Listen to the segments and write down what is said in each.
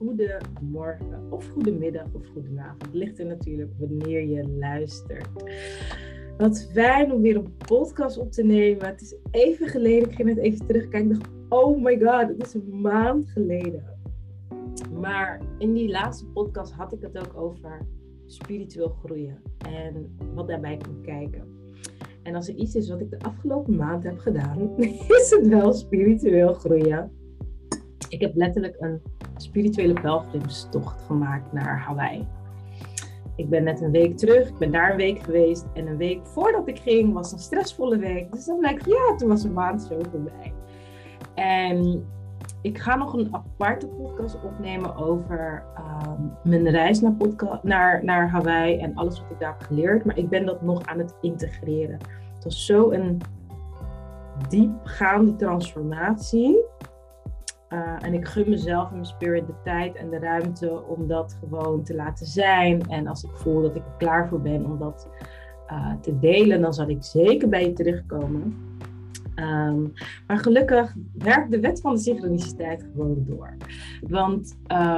goede morgen of goede middag of goede avond. Het ligt er natuurlijk wanneer je luistert. Wat fijn om weer een podcast op te nemen. Het is even geleden, ik ging net even terugkijken. Ik dacht, oh my god, het is een maand geleden. Maar in die laatste podcast had ik het ook over spiritueel groeien. En wat daarbij komt kijken. En als er iets is wat ik de afgelopen maand heb gedaan, is het wel spiritueel groeien. Ik heb letterlijk een spirituele pelgrimstocht gemaakt naar Hawaii. Ik ben net een week terug, ik ben daar een week geweest. En een week voordat ik ging was een stressvolle week. Dus dan blijkt, toen was een maand zo voorbij. En ik ga nog een aparte podcast opnemen over mijn reis naar Hawaii en alles wat ik daar heb geleerd. Maar ik ben dat nog aan het integreren. Het was zo een diepgaande transformatie. En ik gun mezelf en mijn spirit de tijd en de ruimte om dat gewoon te laten zijn. En als ik voel dat ik er klaar voor ben om dat te delen, dan zal ik zeker bij je terugkomen. Maar gelukkig werkt de wet van de synchroniciteit gewoon door. Want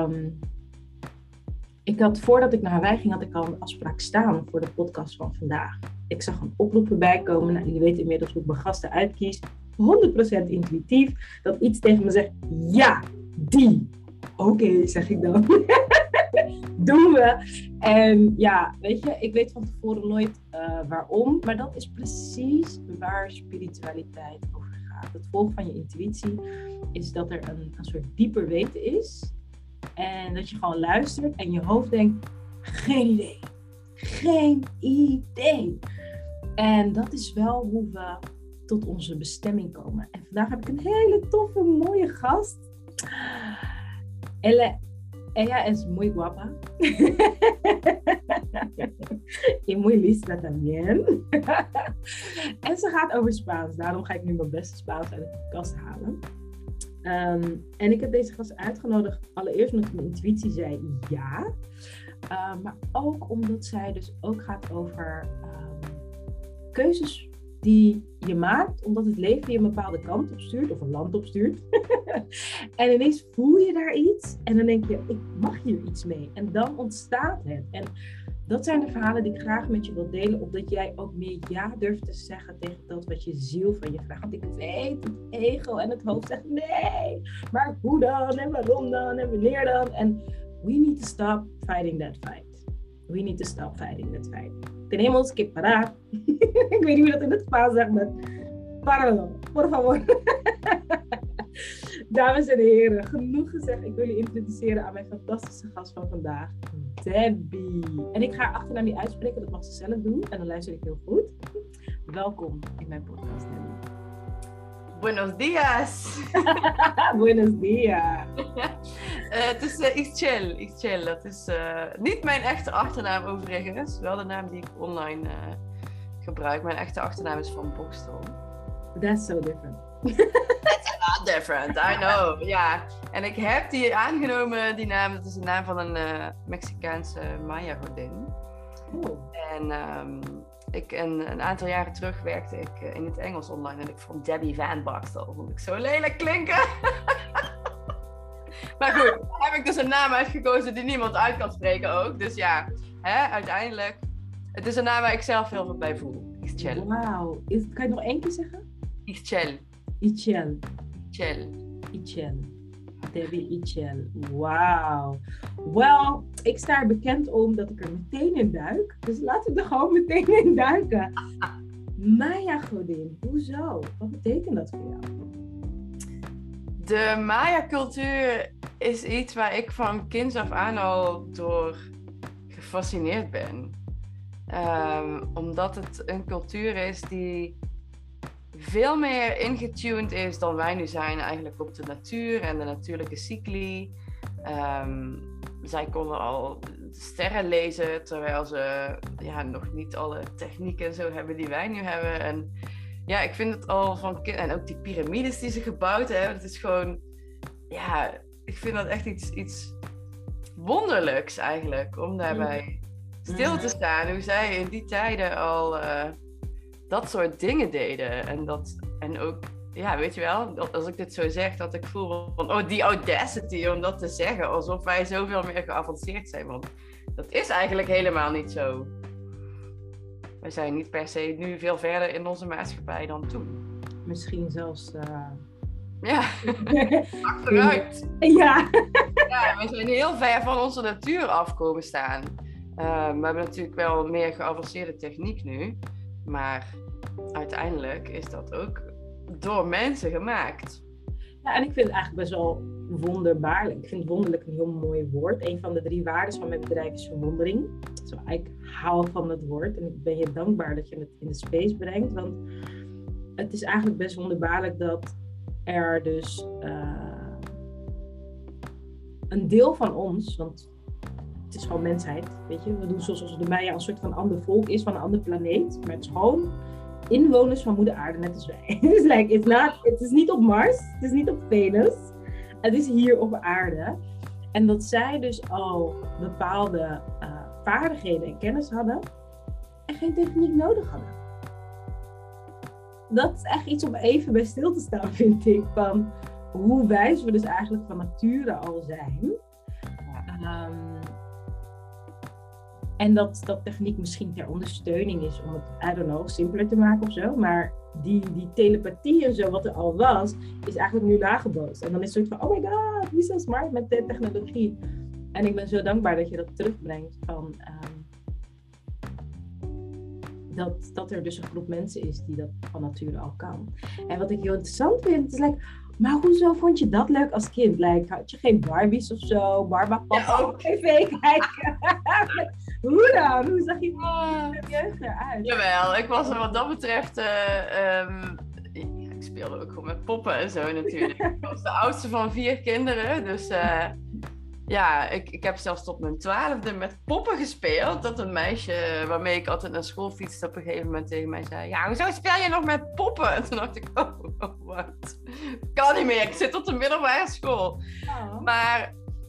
voordat ik naar Hawaii ging, had ik al een afspraak staan voor de podcast van vandaag. Ik zag een oproep erbij komen. Nou, jullie weten inmiddels hoe ik mijn gasten uitkies. 100% intuïtief. Dat iets tegen me zegt, ja, die. Oké, zeg ik dan. Doen we. En ja, weet je, ik weet van tevoren nooit waarom. Maar dat is precies waar spiritualiteit over gaat. Het volgen van je intuïtie is dat er een soort dieper weten is. En dat je gewoon luistert en je hoofd denkt, geen idee. Geen idee. En dat is wel hoe we tot onze bestemming komen. En vandaag heb ik een hele toffe, mooie gast. Ella es muy guapa. Y muy lista también. En ze gaat over Spaans. Daarom ga ik nu mijn beste Spaans uit de kast halen. En ik heb deze gast uitgenodigd. Allereerst omdat mijn intuïtie zei ja. Maar ook omdat zij dus ook gaat over keuzes die je maakt, omdat het leven je een bepaalde kant op stuurt, of een land op stuurt. En ineens voel je daar iets, en dan denk je, ik mag hier iets mee. En dan ontstaat het. En dat zijn de verhalen die ik graag met je wil delen, opdat jij ook meer ja durft te zeggen tegen dat wat je ziel van je vraagt. Want ik weet, het ego en het hoofd zegt nee, maar hoe dan, en waarom dan, en wanneer dan. En we need to stop fighting that fight. We need to stop fighting that fight. Tenemos que parar. Ik weet niet hoe dat in het Spaans zegt, maar páralo, por favor. Dames en heren, genoeg gezegd. Ik wil je introduceren aan mijn fantastische gast van vandaag, Debbie. En ik ga haar achternaam niet uitspreken, dat mag ze zelf doen. En dan luister ik heel goed. Welkom in mijn podcast, Debbie. Buenos días. Buenos días. Het is Ixchel. Dat is niet mijn echte achternaam overigens. Wel de naam die ik online gebruik. Mijn echte achternaam is Van Bokstel. That's so different. That's a lot different, I know. Ja. En ik heb die aangenomen, die naam. Dat is de naam van een Mexicaanse Maya-godin. Oh. En een aantal jaren terug werkte ik in het Engels online en ik vond Debbie Van Bokstel vond ik zo lelijk klinken. Maar goed, heb ik dus een naam uitgekozen die niemand uit kan spreken ook. Dus ja, uiteindelijk, het is een naam waar ik zelf heel veel bij voel. Ixchel. Wauw. Kan je het nog één keer zeggen? Ixchel. Debbie Ixchel. Wauw. Wel, ik sta er bekend om dat ik er meteen in duik. Dus laten we er gewoon meteen in duiken. Maya-godin, hoezo? Wat betekent dat voor jou? De Maya-cultuur is iets waar ik van kinds af aan al door gefascineerd ben. Omdat het een cultuur is die veel meer ingetuned is dan wij nu zijn eigenlijk op de natuur en de natuurlijke cycli. Zij konden al sterren lezen terwijl ze nog niet alle technieken en zo hebben die wij nu hebben. En ja, ik vind het al van en ook die piramides die ze gebouwd hebben, dat is gewoon, ik vind dat echt iets wonderlijks eigenlijk, om daarbij stil te staan. Hoe zij in die tijden al dat soort dingen deden. En ook ja, weet je wel, als ik dit zo zeg, dat ik voel van, oh, die audacity om dat te zeggen, alsof wij zoveel meer geavanceerd zijn. Want dat is eigenlijk helemaal niet zo. We zijn niet per se nu veel verder in onze maatschappij dan toen. Misschien zelfs... Ja, achteruit. Ja. Ja, we zijn heel ver van onze natuur af komen staan. We hebben natuurlijk wel meer geavanceerde techniek nu. Maar uiteindelijk is dat ook door mensen gemaakt. Ja, en ik vind het eigenlijk best wel wonderbaarlijk. Ik vind wonderlijk een heel mooi woord. Een van de 3 waarden van mijn bedrijf is verwondering. Zo, ik hou van het woord. En ik ben je dankbaar dat je het in de space brengt. Want het is eigenlijk best wonderbaarlijk dat er dus een deel van ons, want het is gewoon mensheid, weet je. We doen zoals de Maya een soort van ander volk is, van een andere planeet. Maar het is gewoon inwoners van moeder aarde, net als wij. Het is niet op Mars, het is niet op Venus. Het is hier op aarde. En dat zij dus al bepaalde vaardigheden en kennis hadden en geen techniek nodig hadden. Dat is echt iets om even bij stil te staan, vind ik. Van hoe wijs we dus eigenlijk van nature al zijn. En dat techniek misschien ter ondersteuning is om het, I don't know, simpeler te maken of zo. Maar die telepathie en zo, wat er al was, is eigenlijk nu nagebootst. En dan is het soort van, oh my god, wie is zo smart met de technologie. En ik ben zo dankbaar dat je dat terugbrengt van... Dat er dus een groep mensen is die dat van nature al kan. En wat ik heel interessant vind, is maar hoezo vond je dat leuk als kind? Had je geen Barbies of zo? Barbapapa Ja, op tv kijken? Hoe dan? Hoe zag je jeugd eruit? Jawel, ik was er wat dat betreft... ik speelde ook gewoon met poppen en zo natuurlijk. Ik was de oudste van 4 kinderen, dus... Ja, ik heb zelfs tot mijn 12e met poppen gespeeld. Dat een meisje waarmee ik altijd naar school fietste op een gegeven moment tegen mij zei... Ja, hoezo speel je nog met poppen? En toen dacht ik, oh wat? Kan niet meer, ik zit op de middelbare school. Oh. Maar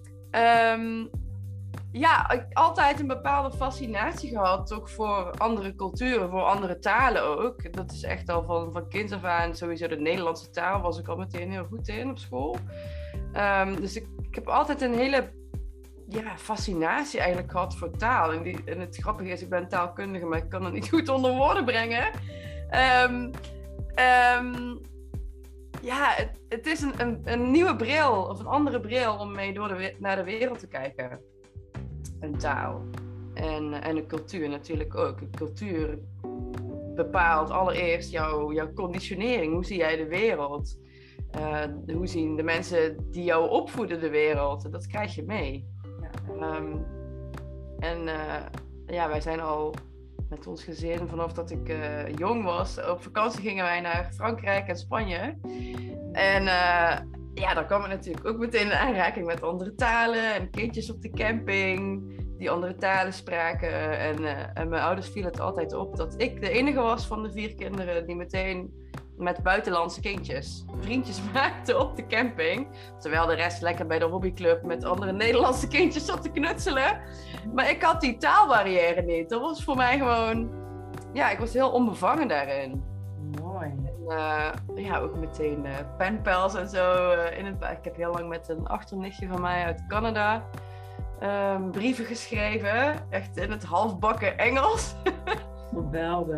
ja, ik heb altijd een bepaalde fascinatie gehad. Toch voor andere culturen, voor andere talen ook. Dat is echt al van kinds af aan. Sowieso de Nederlandse taal was ik al meteen heel goed in op school. Dus ik heb altijd een hele fascinatie eigenlijk gehad voor taal. En het grappige is, ik ben taalkundige, maar ik kan het niet goed onder woorden brengen. Het is een nieuwe bril, of een andere bril om mee naar de wereld te kijken. Een taal. En een cultuur natuurlijk ook. Een cultuur bepaalt allereerst jouw conditionering. Hoe zie jij de wereld? Hoe zien de mensen die jou opvoeden de wereld? Dat krijg je mee. Ja. Wij zijn al met ons gezin, vanaf dat ik jong was, op vakantie gingen wij naar Frankrijk en Spanje. En dan kwam ik natuurlijk ook meteen in aanraking met andere talen en kindjes op de camping die andere talen spraken. En mijn ouders vielen het altijd op dat ik de enige was van de 4 kinderen die meteen met buitenlandse kindjes vriendjes maakte op de camping. Terwijl de rest lekker bij de hobbyclub met andere Nederlandse kindjes zat te knutselen. Maar ik had die taalbarrière niet. Dat was voor mij gewoon... Ja, ik was heel onbevangen daarin. Mooi. En, ook meteen penpals en zo. Ik heb heel lang met een achternichtje van mij uit Canada brieven geschreven. Echt in het halfbakken Engels. Geweldig.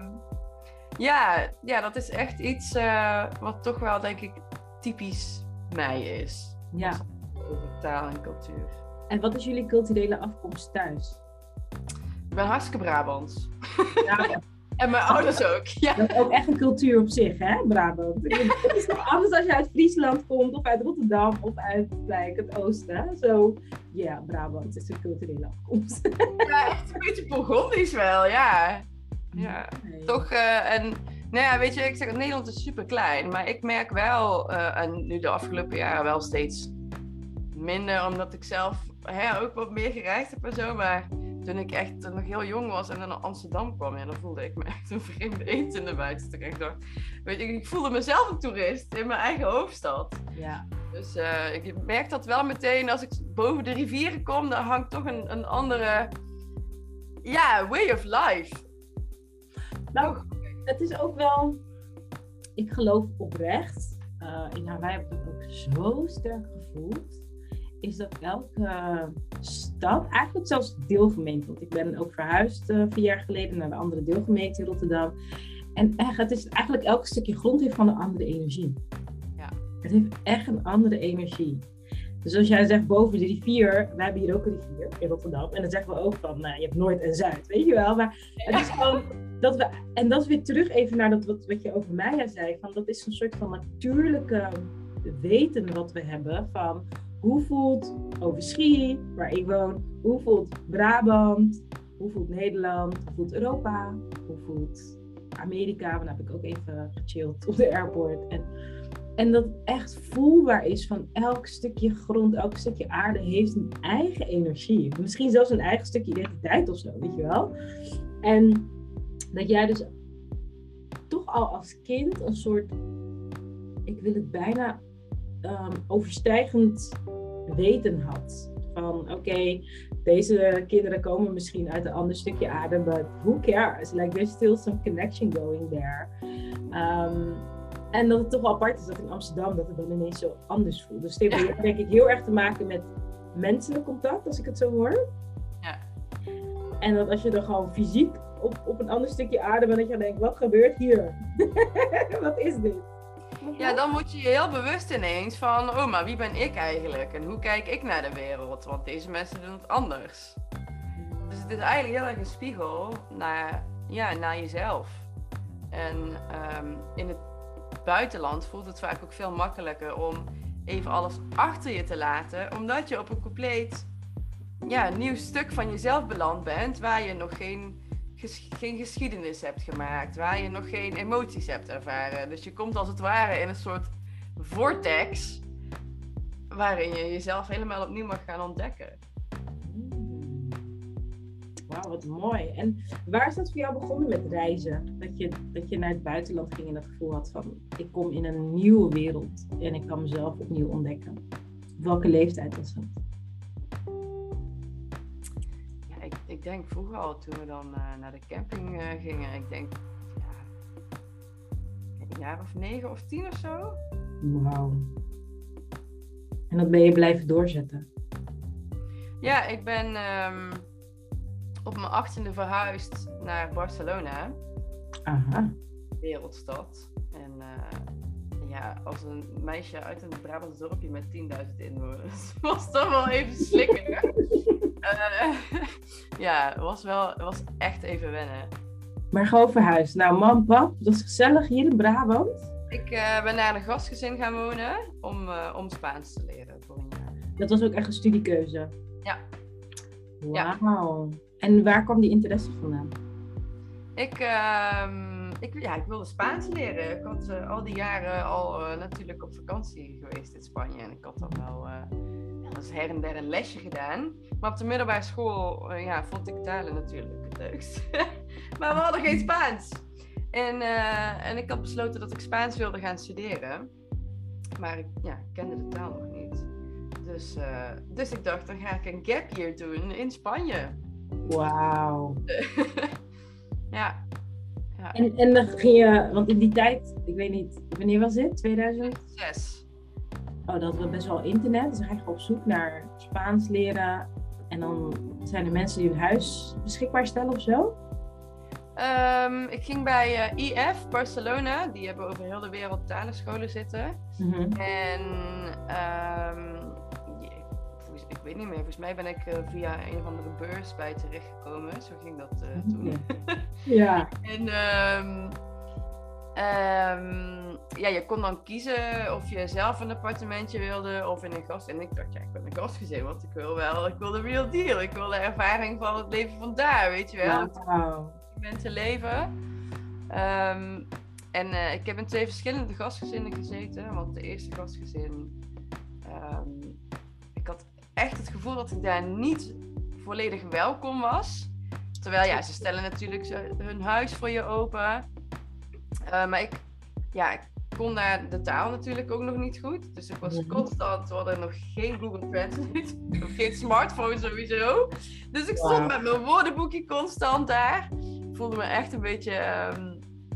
Ja, dat is echt iets wat toch wel, denk ik, typisch mij is. Ja. Over taal en cultuur. En wat is jullie culturele afkomst thuis? Ik ben hartstikke Brabants. Ja. En mijn ouders ook. Ja. Dat is ook echt een cultuur op zich, hè, Brabant. Het is toch anders als je uit Friesland komt of uit Rotterdam of uit het oosten. Zo, Brabant is een culturele afkomst. Ja, echt een beetje Burgondisch wel, ja. Ja, nee. Toch, weet je, ik zeg, Nederland is super klein, maar ik merk wel, en nu de afgelopen jaren wel steeds minder, omdat ik zelf ook wat meer gereisd heb en zo, maar toen ik echt nog heel jong was en dan naar Amsterdam kwam, dan voelde ik me echt een vreemde eend in de buitenste. Ik dacht, weet je, ik voelde mezelf een toerist in mijn eigen hoofdstad. Ja. Dus ik merk dat wel meteen, als ik boven de rivieren kom, dan hangt toch een andere, way of life. Nou, het is ook wel... ik geloof oprecht, wij hebben dat ook zo sterk gevoeld, is dat elke stad, eigenlijk zelfs deelgemeente, want ik ben ook verhuisd 4 jaar geleden naar de andere deelgemeente in Rotterdam. En echt, het is eigenlijk elk stukje grond heeft van een andere energie. Ja. Het heeft echt een andere energie. Dus als jij zegt boven de rivier, wij hebben hier ook een rivier in Rotterdam. En dan zeggen we ook van, je hebt Noord en Zuid, weet je wel. Maar het is gewoon dat we, en dat is weer terug even naar dat wat je over Maya zei. Van, dat is een soort van natuurlijke weten wat we hebben van hoe voelt Overschie, waar ik woon, hoe voelt Brabant, hoe voelt Nederland, hoe voelt Europa, hoe voelt Amerika. Want daar heb ik ook even gechilled op de airport. En dat het echt voelbaar is van elk stukje grond, elk stukje aarde heeft een eigen energie. Misschien zelfs een eigen stukje identiteit of zo, weet je wel. En dat jij dus toch al als kind een soort, ik wil het bijna overstijgend weten had. Van oké, deze kinderen komen misschien uit een ander stukje aarde, but who cares? Like there's still some connection going there. En dat het toch wel apart is dat in Amsterdam dat het dan ineens zo anders voelt. Dus het heeft denk ik heel erg te maken met menselijk contact, als ik het zo hoor. Ja. En dat als je dan gewoon fysiek op een ander stukje aarde bent, dat je denkt, wat gebeurt hier? Wat is dit? Ja, dan moet je je heel bewust ineens van, oh, maar wie ben ik eigenlijk? En hoe kijk ik naar de wereld? Want deze mensen doen het anders. Dus het is eigenlijk heel erg een spiegel naar jezelf. En in het buitenland voelt het vaak ook veel makkelijker om even alles achter je te laten, omdat je op een compleet nieuw stuk van jezelf beland bent, waar je nog geen geschiedenis hebt gemaakt, waar je nog geen emoties hebt ervaren. Dus je komt als het ware in een soort vortex waarin je jezelf helemaal opnieuw mag gaan ontdekken. Wauw, wat mooi. En waar is dat voor jou begonnen met reizen? Dat je naar het buitenland ging en dat gevoel had van, ik kom in een nieuwe wereld en ik kan mezelf opnieuw ontdekken. Op welke leeftijd was dat? Ja, ik denk vroeger al, toen we dan naar de camping gingen, ik denk een jaar of 9 of 10 of zo. Wauw. En dat ben je blijven doorzetten? Ja, ik ben op mijn 18e verhuisd naar Barcelona. Aha. Wereldstad. En als een meisje uit een Brabants dorpje met 10.000 inwoners was dat wel even slikken. Het was echt even wennen. Maar gewoon verhuisd. Nou, mam, pap, dat is gezellig hier in Brabant. Ik ben naar een gastgezin gaan wonen om Spaans te leren voor een jaar. Dat was ook echt een studiekeuze? Ja. Wauw. Ja. En waar kwam die interesse vandaan? Ik wilde Spaans leren. Ik had al die jaren al natuurlijk op vakantie geweest in Spanje. En ik had dan wel eens her en der een lesje gedaan. Maar op de middelbare school vond ik talen natuurlijk het leukst. Maar we hadden geen Spaans. En ik had besloten dat ik Spaans wilde gaan studeren. Maar ik kende de taal nog niet. Dus ik dacht, dan ga ik een gap year doen in Spanje. Wauw. Ja. En dan ging je, want in die tijd, ik weet niet, wanneer was dit? 2006. Oh, dat was best wel internet. Dus dan ga je op zoek naar Spaans leren. En dan zijn er mensen die hun huis beschikbaar stellen of zo? Ik ging bij IF Barcelona. Die hebben over heel de wereld talenscholen zitten. Mm-hmm. En ik weet niet meer. Volgens mij ben ik via een of andere beurs bij terechtgekomen. Zo ging dat toen. Ja. En je kon dan kiezen of je zelf een appartementje wilde of in een gast. En ik dacht, ik wil een gastgezin, want ik wil de real deal. Ik wil de ervaring van het leven van daar, weet je wel. Wow. Mensen leven. Ik heb in 2 verschillende gastgezinnen gezeten. Want de eerste gastgezin, ik had echt het gevoel dat ik daar niet volledig welkom was. Terwijl ze stellen natuurlijk hun huis voor je open. Maar ik kon daar de taal natuurlijk ook nog niet goed. Dus ik was constant, we hadden nog geen Google Translate. Of geen smartphone sowieso. Dus ik stond met mijn woordenboekje constant daar. Ik voelde me echt een beetje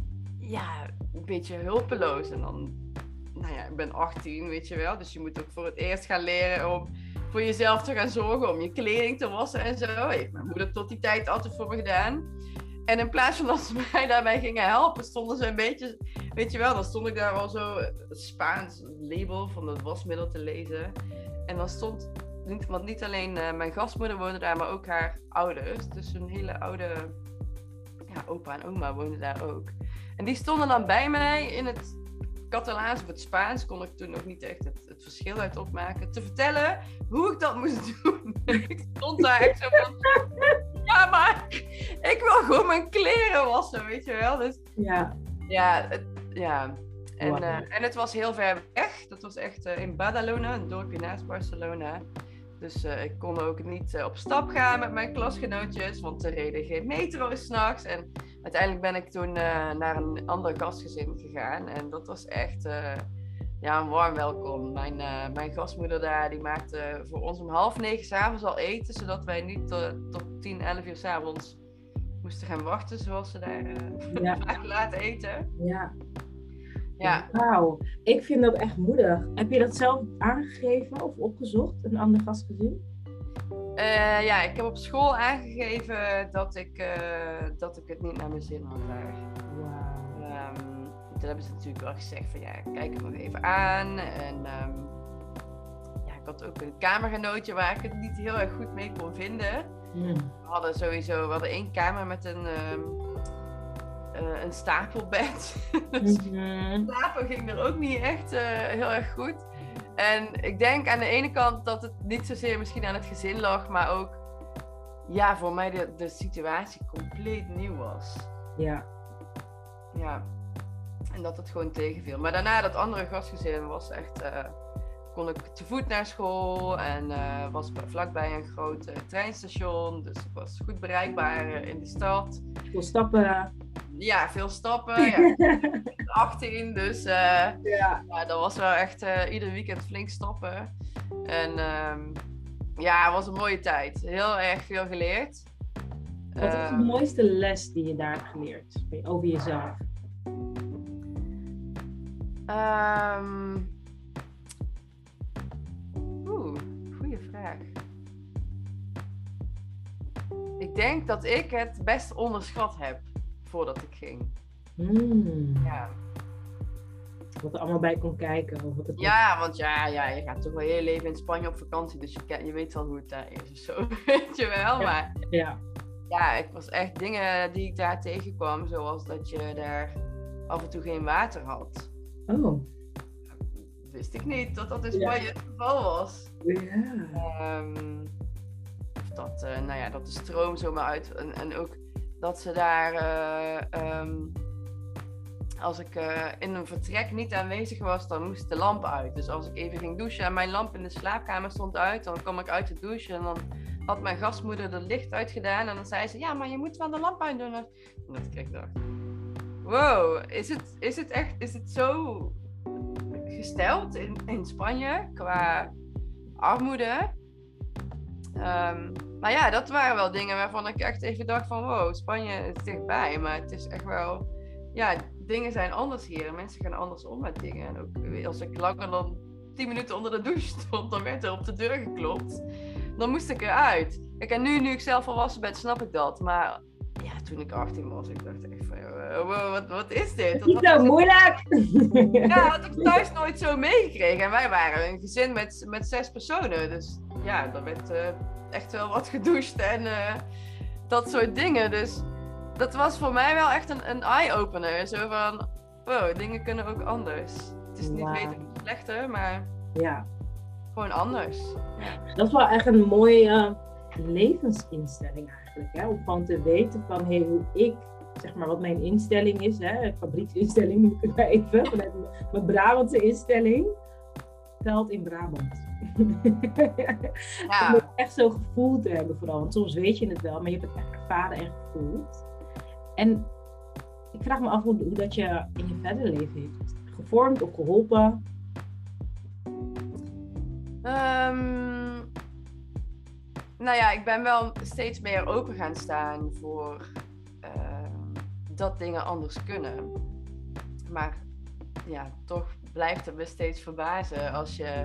een beetje hulpeloos. En dan, ik ben 18, weet je wel. Dus je moet ook voor het eerst gaan leren om voor jezelf te gaan zorgen, om je kleding te wassen en zo. Heeft mijn moeder tot die tijd altijd voor me gedaan. En in plaats van dat ze mij daarbij gingen helpen, stonden ze een beetje, weet je wel, dan stond ik daar al zo het Spaans label van het wasmiddel te lezen. En dan stond, want niet alleen mijn gastmoeder woonde daar, maar ook haar ouders. Dus een hele oude opa en oma woonden daar ook. En die stonden dan bij mij in het Catalaans of het Spaans, kon ik toen nog niet echt het verschil uit opmaken, te vertellen hoe ik dat moest doen. Ik stond daar echt zo van, ja, maar ik wil gewoon mijn kleren wassen, weet je wel. Dus ja. En, wow. En het was heel ver weg. Dat was echt in Badalona, een dorpje naast Barcelona. Dus ik kon ook niet op stap gaan met mijn klasgenootjes, want er reden geen metro 's nachts. En uiteindelijk ben ik toen naar een ander gastgezin gegaan. En dat was echt een warm welkom. Mijn gastmoeder daar, die maakte voor ons om 8:30 's avonds al eten, zodat wij niet tot 10, 11 uur 's avonds moesten gaan wachten, zoals ze daar vaak laten eten. Ja. Wauw, ik vind dat echt moedig. Heb je dat zelf aangegeven of opgezocht, een ander gastgezin? Ik heb op school aangegeven dat ik het niet naar mijn zin had daar. Wauw. Toen hebben ze natuurlijk wel gezegd van kijk het nog even aan. En ik had ook een kamergenootje waar ik het niet heel erg goed mee kon vinden. We hadden één kamer met een stapelbed. Dus slapen ging er ook niet echt heel erg goed. En ik denk aan de ene kant dat het niet zozeer misschien aan het gezin lag, maar ook voor mij de situatie compleet nieuw was. Ja. En dat het gewoon tegenviel. Maar daarna dat andere gastgezin was echt, kon ik te voet naar school en was vlakbij een groot treinstation. Dus ik was goed bereikbaar in de stad. Veel stappen. Ja, veel stappen. 18, dus dat was wel echt ieder weekend flink stappen. En het was een mooie tijd. Heel erg veel geleerd. Wat is de mooiste les die je daar hebt geleerd over jezelf? Goeie vraag. Ik denk dat ik het best onderschat heb voordat ik ging. Ja. Wat er allemaal bij kon kijken. Of wat het want je gaat toch wel heel leven in Spanje op vakantie, dus je weet wel hoe het daar is of zo, weet je wel. Maar ik was echt dingen die ik daar tegenkwam, zoals dat je daar af en toe geen water had. Oh. Wist ik niet dat in Spanje het geval was. Of dat de stroom zomaar uit en ook dat ze daar als ik in een vertrek niet aanwezig was, dan moest de lamp uit. Dus als ik even ging douchen en mijn lamp in de slaapkamer stond uit, dan kwam ik uit de douche en dan had mijn gastmoeder het licht uitgedaan en dan zei ze, ja, maar je moet wel de lamp uitdoen. En dat ik dacht, wow, is het zo gesteld in Spanje qua armoede? Maar dat waren wel dingen waarvan ik echt even dacht van, wow, Spanje is dichtbij, maar het is echt wel, dingen zijn anders hier. Mensen gaan anders om met dingen. En ook als ik langer dan 10 minuten onder de douche stond, dan werd er op de deur geklopt. Dan moest ik eruit. Kijk, en nu ik zelf volwassen ben, snap ik dat. Maar toen ik 18 was, ik dacht echt van, wow, wat is dit? Niet zo moeilijk! Had ik thuis nooit zo meegekregen. En wij waren een gezin met 6 personen. Dus er werd echt wel wat gedoucht en dat soort dingen. Dus dat was voor mij wel echt een eye-opener. Zo van, wow, dingen kunnen ook anders. Het is niet beter of slechter, maar gewoon anders. Ja. Dat is wel echt een mooie levensinstelling eigenlijk. Hè? Om van te weten van hoe ik, zeg maar wat mijn instelling is. Hè? Fabrieksinstelling noem ik het maar even. Vanuit mijn Brabantse instelling. Telt in Brabant. Om het echt zo gevoeld te hebben vooral. Want soms weet je het wel, maar je hebt het echt ervaren en gevoeld. En ik vraag me af hoe dat je in je verdere leven heeft gevormd of geholpen. Ik ben wel steeds meer open gaan staan voor dat dingen anders kunnen. Maar ja, toch blijft het me steeds verbazen als je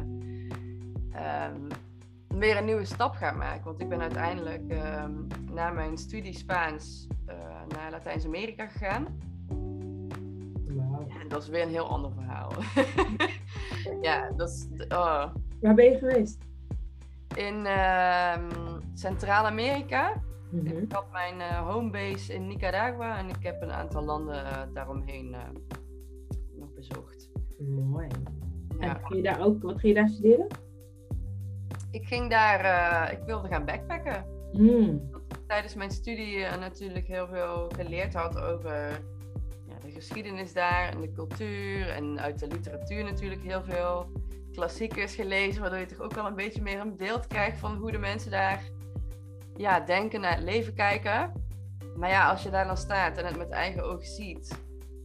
weer een nieuwe stap gaat maken. Want ik ben uiteindelijk na mijn studie Spaans naar Latijns-Amerika gegaan. Wauw. En dat is weer een heel ander verhaal. Ja, dat is... Waar ben je geweest? In Centraal-Amerika. Mm-hmm. Ik had mijn homebase in Nicaragua en ik heb een aantal landen daaromheen nog bezocht. Mooi. Ja. En wat ging je daar studeren? Ik ging daar, ik wilde gaan backpacken. Tijdens mijn studie natuurlijk heel veel geleerd had over de geschiedenis daar en de cultuur. En uit de literatuur natuurlijk heel veel klassiekers gelezen, waardoor je toch ook wel een beetje meer een beeld krijgt van hoe de mensen daar denken, naar het leven kijken. Maar ja, als je daar dan staat en het met eigen ogen ziet,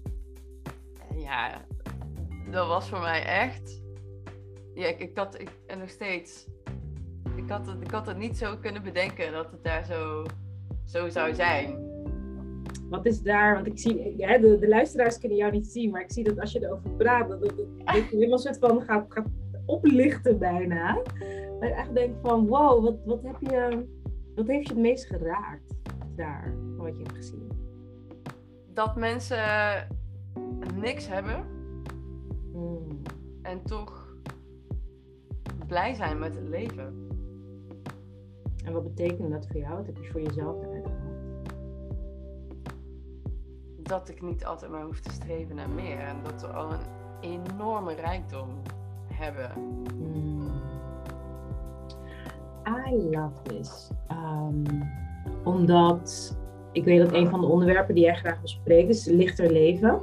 dat was voor mij echt... Ja, en nog steeds... Ik had het niet zo kunnen bedenken dat het daar zo zou zijn. Wat is daar, want ik zie, de luisteraars kunnen jou niet zien, maar ik zie dat als je erover praat, dat je helemaal een soort van gaat oplichten bijna. Maar ik echt denk van, wow, wat heeft je het meest geraakt daar, van wat je hebt gezien? Dat mensen niks hebben en toch blij zijn met het leven. En wat betekent dat voor jou? Wat heb je voor jezelf daaruit gehad? Dat ik niet altijd maar hoef te streven naar meer. En dat we al een enorme rijkdom hebben. I love this. Omdat ik weet dat een van de onderwerpen die jij graag wil spreken is lichter leven.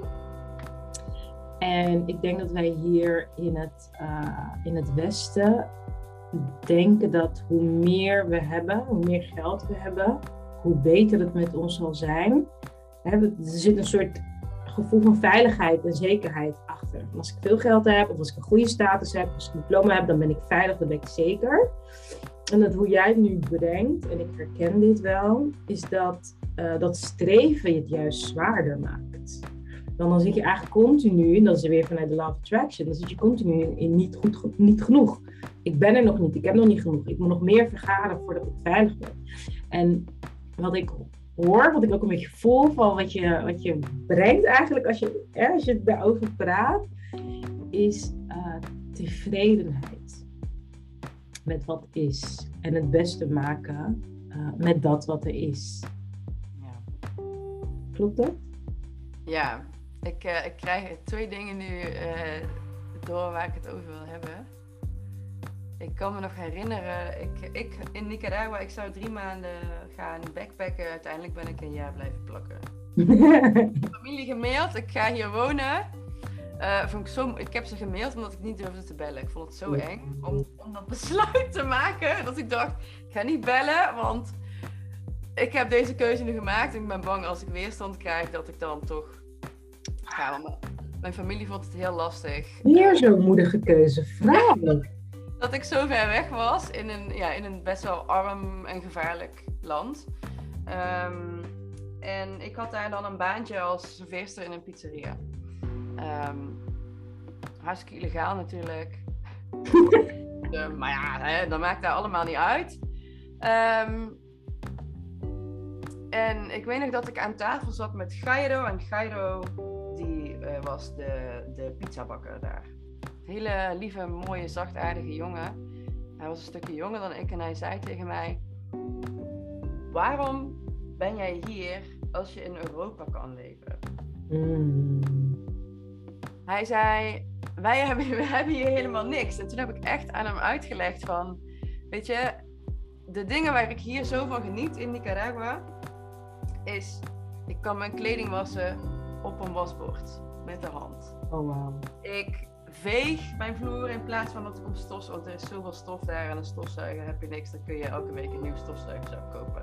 En ik denk dat wij hier in het Westen denken dat hoe meer we hebben, hoe meer geld we hebben, hoe beter het met ons zal zijn. Er zit een soort gevoel van veiligheid en zekerheid achter. En als ik veel geld heb, of als ik een goede status heb, als ik een diploma heb, dan ben ik veilig, dan ben ik zeker. En dat hoe jij het nu brengt, en ik herken dit wel, is dat streven je het juist zwaarder maakt. Dan zit je eigenlijk continu, en dat is weer vanuit de Law of Attraction, dan zit je continu in niet genoeg. Ik ben er nog niet, ik heb nog niet genoeg. Ik moet nog meer vergaren voordat ik veilig ben. En wat ik hoor, wat ik ook een beetje voel van wat je brengt eigenlijk als je daarover praat, is tevredenheid met wat is. En het beste maken met dat wat er is. Ja. Klopt dat? Ja, ik krijg 2 dingen nu door waar ik het over wil hebben. Ik kan me nog herinneren, ik in Nicaragua, ik zou 3 maanden gaan backpacken. Uiteindelijk ben ik een jaar blijven plakken. Familie gemaild, ik ga hier wonen. Ik heb ze gemaild omdat ik niet durfde te bellen. Ik vond het zo eng om dat besluit te maken. Dat ik dacht, ik ga niet bellen, want ik heb deze keuze nu gemaakt. En ik ben bang als ik weerstand krijg dat ik dan toch ga. Mijn familie vond het heel lastig. Weer zo'n moedige keuze, vrouw. Dat ik zo ver weg was in een best wel arm en gevaarlijk land. En ik had daar dan een baantje als serveerster in een pizzeria. Hartstikke illegaal natuurlijk. Maar ja, dat maakt daar allemaal niet uit. En ik weet nog dat ik aan tafel zat met Jairo. En Jairo die was de pizzabakker daar. Hele lieve, mooie, zachtaardige jongen. Hij was een stukje jonger dan ik en hij zei tegen mij: waarom ben jij hier als je in Europa kan leven? Hij zei, we hebben hier helemaal niks. En toen heb ik echt aan hem uitgelegd van, weet je, de dingen waar ik hier zo van geniet in Nicaragua, is, ik kan mijn kleding wassen op een wasbord met de hand. Oh wow. Ik veeg mijn vloer in plaats van dat ik om stof, want er is zoveel stof daar en een stofzuiger heb je niks, dan kun je elke week een nieuw stofzuiger kopen.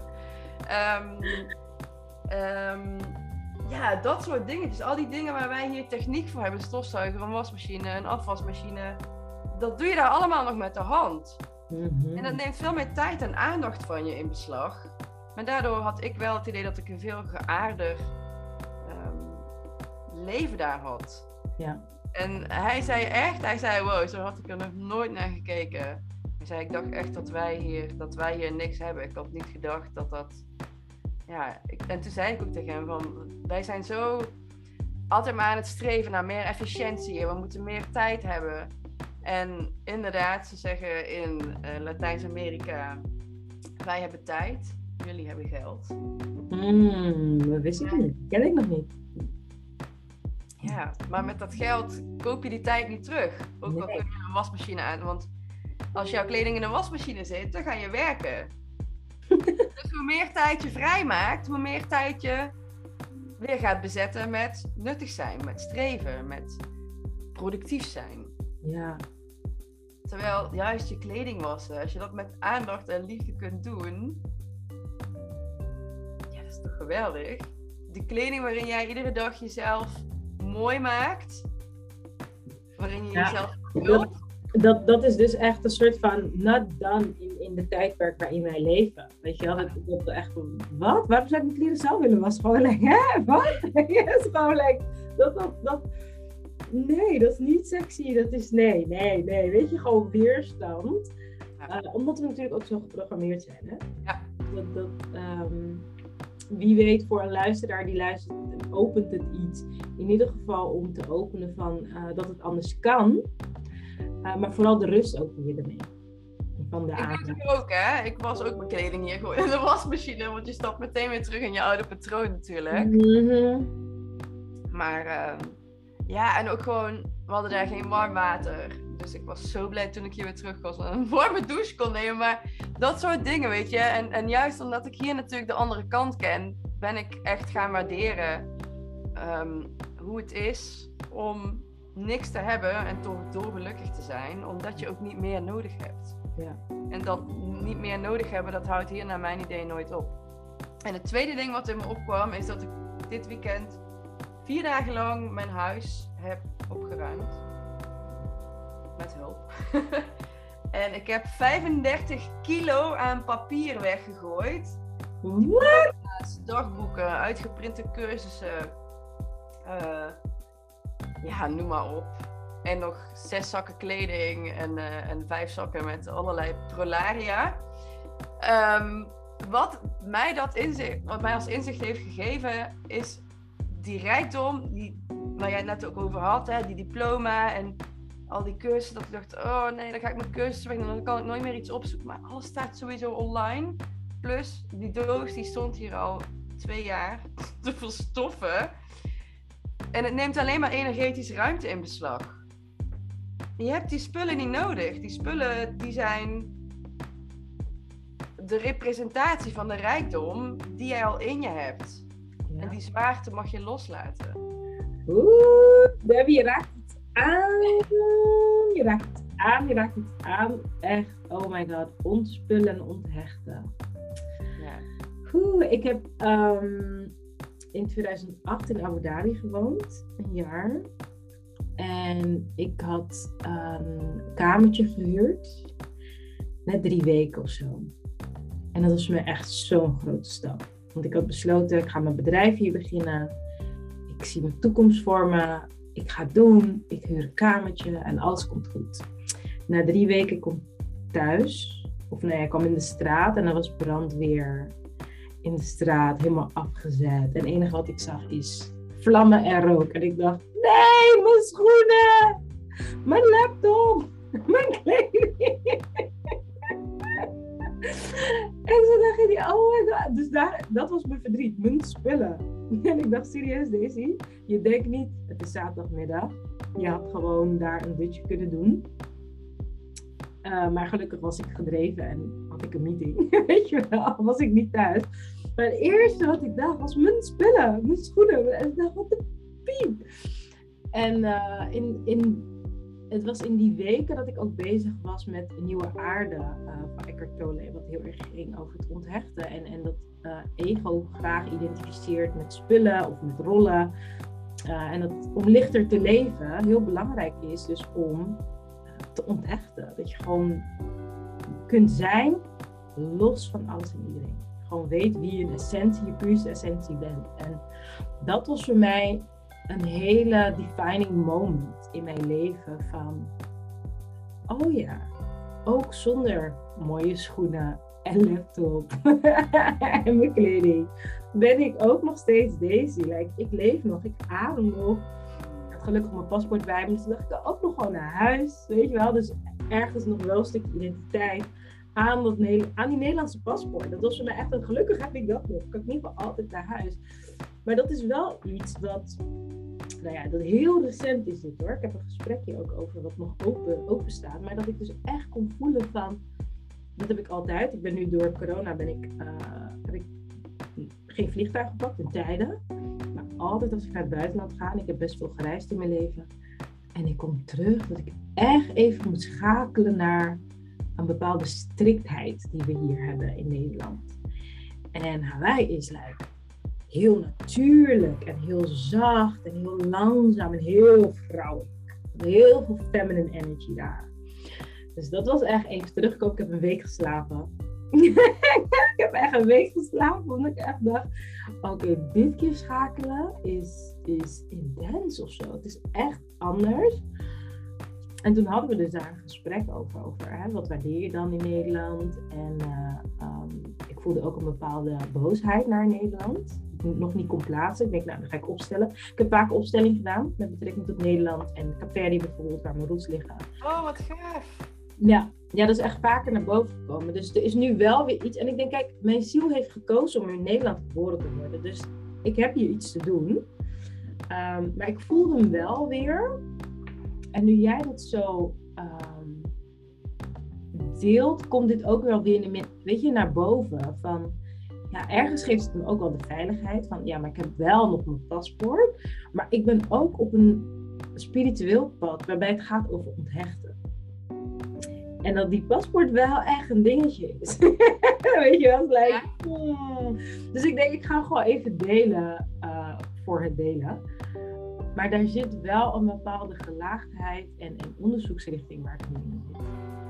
Ja, dat soort dingen. Dus al die dingen waar wij hier techniek voor hebben, stofzuiger, een wasmachine, een afwasmachine, dat doe je daar allemaal nog met de hand. Mm-hmm. En dat neemt veel meer tijd en aandacht van je in beslag. Maar daardoor had ik wel het idee dat ik een veel geaarder leven daar had. Ja. En hij zei, wow, zo had ik er nog nooit naar gekeken. Hij zei, ik dacht echt dat wij hier niks hebben. Ik had niet gedacht dat... Ja, en toen zei ik ook tegen hem van, wij zijn zo altijd maar aan het streven naar meer efficiëntie. En we moeten meer tijd hebben. En inderdaad, ze zeggen in Latijns-Amerika, wij hebben tijd, jullie hebben geld. Dat wist ik niet. Dat ken ik nog niet. Ja, maar met dat geld koop je die tijd niet terug. Ook al kun je een wasmachine aan. Want als jouw kleding in een wasmachine zit, dan ga je werken. Dus hoe meer tijd je vrijmaakt, hoe meer tijd je weer gaat bezetten met nuttig zijn, met streven, met productief zijn. Ja. Terwijl juist je kleding wassen, als je dat met aandacht en liefde kunt doen, ja, dat is toch geweldig. De kleding waarin jij iedere dag jezelf mooi maakt, waarin je jezelf vult. Dat is dus echt een soort van not done in de tijdperk waarin wij leven. Weet je wel, dat echt, wat? Waarom zou ik mijn kleren zelf willen wassen? Gewoon like, hè? Wat? Ja, is gewoon like, nee, dat is niet sexy. Dat is, nee. Weet je, gewoon weerstand. Omdat we natuurlijk ook zo geprogrammeerd zijn, hè? Ja. Wie weet, voor een luisteraar die luistert, opent het iets. In ieder geval om te openen van dat het anders kan. Maar vooral de rust ook weer ermee. Van de ik doe het ook, hè. Ik was ook mijn kleding hier gewoon in de wasmachine. Want je stapt meteen weer terug in je oude patroon natuurlijk. Mm-hmm. Maar ja, en ook gewoon, we hadden daar geen warm water. Dus ik was zo blij toen ik hier weer terug was. En een warme douche kon nemen. Maar dat soort dingen, weet je. En juist omdat ik hier natuurlijk de andere kant ken, ben ik echt gaan waarderen hoe het is om niks te hebben en toch dolgelukkig te zijn. Omdat je ook niet meer nodig hebt. Ja. En dat niet meer nodig hebben, dat houdt hier naar mijn idee nooit op. En het tweede ding wat in me opkwam, is dat ik dit weekend 4 dagen lang mijn huis heb opgeruimd. Met hulp. En ik heb 35 kilo aan papier weggegooid. What? Dagboeken, uitgeprinte cursussen. Ja, noem maar op. En nog 6 zakken kleding en 5 zakken met allerlei prolaria. Wat mij als inzicht heeft gegeven, is die rijkdom waar jij het net ook over had, hè, die diploma en al die cursussen, dat ik dacht, oh nee, dan ga ik mijn cursus weg en dan kan ik nooit meer iets opzoeken. Maar alles staat sowieso online. Plus, die doos die stond hier al 2 jaar te verstoffen. En het neemt alleen maar energetische ruimte in beslag. Je hebt die spullen niet nodig. Die spullen die zijn de representatie van de rijkdom die jij al in je hebt. Ja. En die zwaarte mag je loslaten. Debbie, je raakt het aan. Je raakt het aan. Echt, oh my god. Ontspullen en onthechten. Ja. Ik heb in 2008 in Abu Dhabi gewoond. 1 jaar. En ik had een kamertje gehuurd. Net 3 weken of zo. En dat was voor mij echt zo'n grote stap. Want ik had besloten, ik ga mijn bedrijf hier beginnen. Ik zie mijn toekomst voor me. Ik ga het doen. Ik huur een kamertje en alles komt goed. Na 3 weken kom ik thuis. Of nee, ik kwam in de straat en er was brandweer in de straat. Helemaal afgezet. En het enige wat ik zag is vlammen en rook. En ik dacht, nee, mijn schoenen! Mijn laptop! Mijn kleding! En zo dacht ik, oh my god. Dus dat was mijn verdriet, mijn spullen. En ik dacht, serieus Daisy, je denkt niet, het is zaterdagmiddag. Je had gewoon daar een dutje kunnen doen. Maar gelukkig was ik gedreven en had ik een meeting. Weet je wel, was ik niet thuis. Maar het eerste wat ik dacht was mijn spullen, mijn schoenen. En ik dacht, wat de piep. En het was in die weken dat ik ook bezig was met Nieuwe Aarde van Eckhart Tolle. Wat heel erg ging over het onthechten. En dat ego graag identificeert met spullen of met rollen. En dat om lichter te leven heel belangrijk is dus om te onthechten. Dat je gewoon kunt zijn los van alles en iedereen. Gewoon weet wie je in essentie, je puurste essentie bent. En dat was voor mij een hele defining moment in mijn leven van, oh ja, ook zonder mooie schoenen en laptop en mijn kleding ben ik ook nog steeds Daisy. Like, ik leef nog, ik adem nog. Ik had gelukkig mijn paspoort bij me, dus toen dacht ik ook nog gewoon naar huis, weet je wel. Dus ergens nog wel een stukje identiteit aan die Nederlandse paspoort. Dat was voor mij echt een gelukkig heb ik dat nog. Ik kan in ieder geval altijd naar huis. Maar dat is wel iets dat, nou ja, dat heel recent is dit hoor. Ik heb een gesprekje ook over wat nog open staat. Maar dat ik dus echt kon voelen van, dat heb ik altijd. Ik ben nu door corona heb ik geen vliegtuig gepakt in tijden. Maar altijd als ik naar het buitenland ga, en ik heb best veel gereisd in mijn leven. En ik kom terug dat ik echt even moet schakelen naar een bepaalde striktheid die we hier hebben in Nederland. En Hawaii is heel natuurlijk en heel zacht en heel langzaam en heel vrouwelijk. Heel veel feminine energy daar. Dus dat was echt even terugkomen. Ik heb een week geslapen. Ik heb echt een week geslapen, omdat ik echt dacht, oké, dit keer schakelen is intens of zo. Het is echt anders. En toen hadden we dus daar een gesprek over hè, wat waardeer je dan in Nederland? En ik voelde ook een bepaalde boosheid naar Nederland. Nog niet kon plaatsen. Ik denk, nou, dan ga ik opstellen. Ik heb vaak opstelling gedaan met betrekking tot Nederland en Cape bijvoorbeeld, waar mijn roots liggen. Oh, wat gaaf! Ja, dat is echt vaker naar boven gekomen. Dus er is nu wel weer iets. En ik denk, kijk, mijn ziel heeft gekozen om in Nederland geboren te worden. Dus ik heb hier iets te doen. Maar ik voelde hem wel weer. En nu jij dat zo deelt, komt dit ook wel weer naar boven. Van, ja, ergens geeft het me ook wel de veiligheid. Van, ja, maar ik heb wel nog mijn paspoort. Maar ik ben ook op een spiritueel pad waarbij het gaat over onthechten. En dat die paspoort wel echt een dingetje is. Weet je wel? Dus ik denk, ik ga gewoon even delen voor het delen. Maar daar zit wel een bepaalde gelaagdheid en onderzoeksrichting waar ik nu in zit.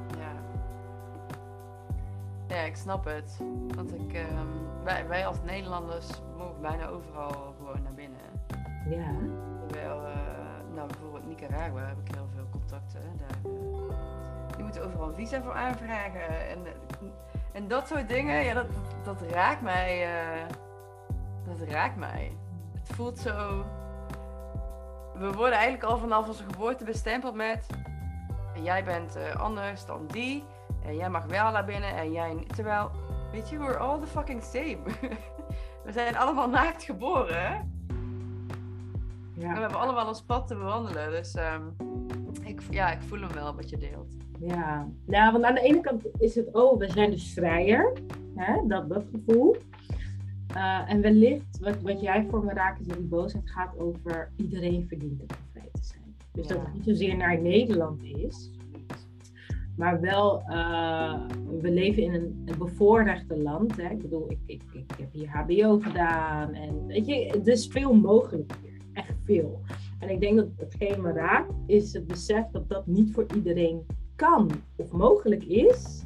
Ja, ik snap het. Want wij als Nederlanders mogen bijna overal gewoon naar binnen. Ja. Terwijl, bijvoorbeeld Nicaragua heb ik heel veel contacten. Je moet overal een visa voor aanvragen. En dat soort dingen, ja, dat raakt mij. Dat raakt mij. Het voelt zo. We worden eigenlijk al vanaf onze geboorte bestempeld met. Jij bent anders dan die. En jij mag wel naar binnen. En jij. Terwijl, weet je, we're all the fucking same. We zijn allemaal naakt geboren. Hè? Ja. En we hebben allemaal ons pad te bewandelen. Dus ik voel hem wel wat je deelt. Ja, want aan de ene kant is het, we zijn dus vrijer. Hè? Dat gevoel. En wellicht, wat jij voor me raakt, is dat die boosheid gaat over iedereen verdient om vrij te zijn. Dus dat het niet zozeer naar Nederland is. Maar wel, we leven in een bevoorrechte land. Hè? Ik bedoel, ik heb hier HBO gedaan. En weet je, er is veel mogelijk hier. Echt veel. En ik denk dat hetgeen me raakt, is het besef dat dat niet voor iedereen kan of mogelijk is.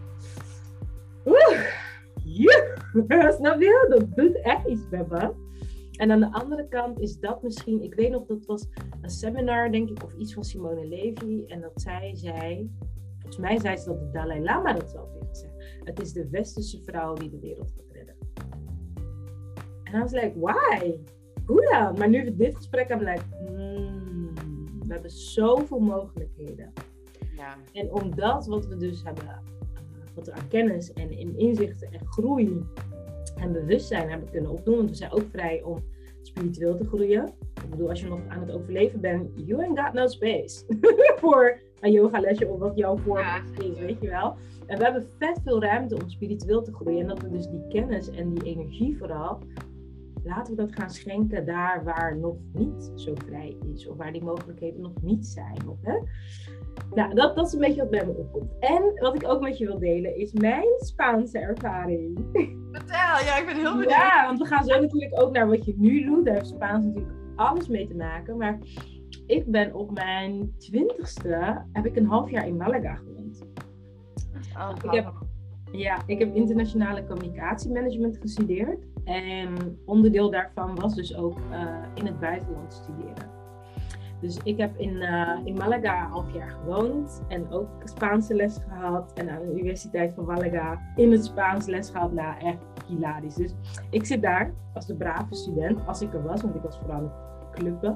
Snap je? Dat doet echt iets met me. En aan de andere kant is dat misschien, ik weet nog, dat was een seminar, denk ik, of iets van Simone Levy. En dat zij zei, volgens mij zei ze dat de Dalai Lama dat zelf heeft gezegd. Het is de westerse vrouw die de wereld gaat redden. En I was like, why? Hoe dan? Maar nu we dit gesprek hebben, we hebben zoveel mogelijkheden. Ja. En omdat wat we dus hebben, wat we aan kennis en in inzichten en groei en bewustzijn hebben kunnen opdoen, want we zijn ook vrij om spiritueel te groeien. Ik bedoel, als je nog aan het overleven bent, you ain't got no space voor een yogalesje of wat jouw voorbeeld is, weet je wel. En we hebben vet veel ruimte om spiritueel te groeien. En dat we dus die kennis en die energie vooral, laten we dat gaan schenken daar waar nog niet zo vrij is. Of waar die mogelijkheden nog niet zijn. Of, hè? Nou, dat is een beetje wat bij me opkomt. En wat ik ook met je wil delen is mijn Spaanse ervaring. Vertel, ja, ik ben heel benieuwd. Ja, want we gaan zo natuurlijk ook naar wat je nu doet. Daar heeft Spaans natuurlijk alles mee te maken. Maar ik ben op mijn 20ste, heb ik een half jaar in Malaga gewoond. Ik heb internationale communicatiemanagement gestudeerd. En onderdeel daarvan was dus ook in het buitenland studeren. Dus ik heb in Malaga 1,5 jaar gewoond en ook Spaanse les gehad. En aan de Universiteit van Malaga in het Spaans les gehad. Nou, echt hilarisch. Dus ik zit daar als de brave student, als ik er was, want ik was vooral aan het clubben.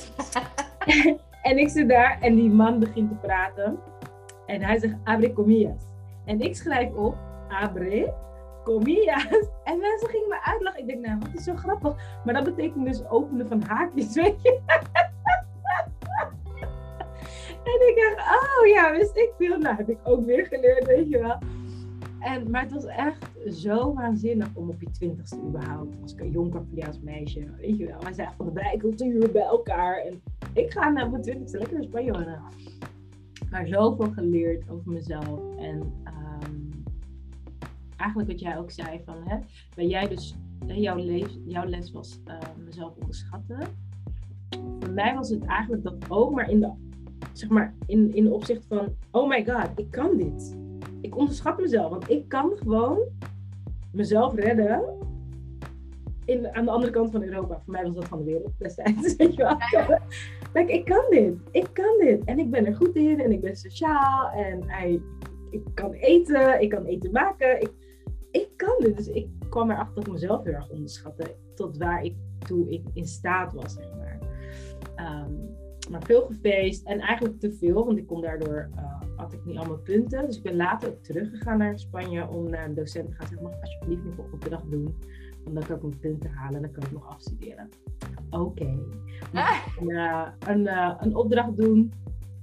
En ik zit daar en die man begint te praten. En hij zegt, abre comillas. En ik schrijf op, abre comillas. En mensen gingen me uitlachen. Ik denk, nou, wat is zo grappig. Maar dat betekent dus openen van haakjes, weet je. En ik dacht, oh ja, wist ik veel. Nou, heb ik ook weer geleerd, weet je wel. Maar het was echt zo waanzinnig om op je 20ste überhaupt, als jong Cavaliaans meisje, weet je wel. Wij zijn echt van de bijcultuur bij elkaar. En ik ga naar mijn 20ste lekker in Spanje wonen. Maar zoveel geleerd over mezelf. En eigenlijk wat jij ook zei van, ben jij dus, jouw les was mezelf onderschatten. Voor mij was het eigenlijk dat ook, maar in de opzicht van, oh my god, ik kan dit. Ik onderschat mezelf, want ik kan gewoon mezelf redden aan de andere kant van Europa. Voor mij was dat van de wereld destijds, weet je wel. Like, ik kan dit. En ik ben er goed in en ik ben sociaal en ik kan eten maken. Ik kan dit. Dus ik kwam erachter dat ik mezelf heel erg onderschatte tot waar ik in staat was, zeg maar. Maar veel gefeest en eigenlijk te veel, want ik kon daardoor, had ik niet allemaal punten. Dus ik ben later ook teruggegaan naar Spanje om naar een docent te gaan zeggen, mag ik alsjeblieft nog een opdracht doen? Want dan kan ik mijn punten halen en dan kan ik nog afstuderen. Oké. Een opdracht doen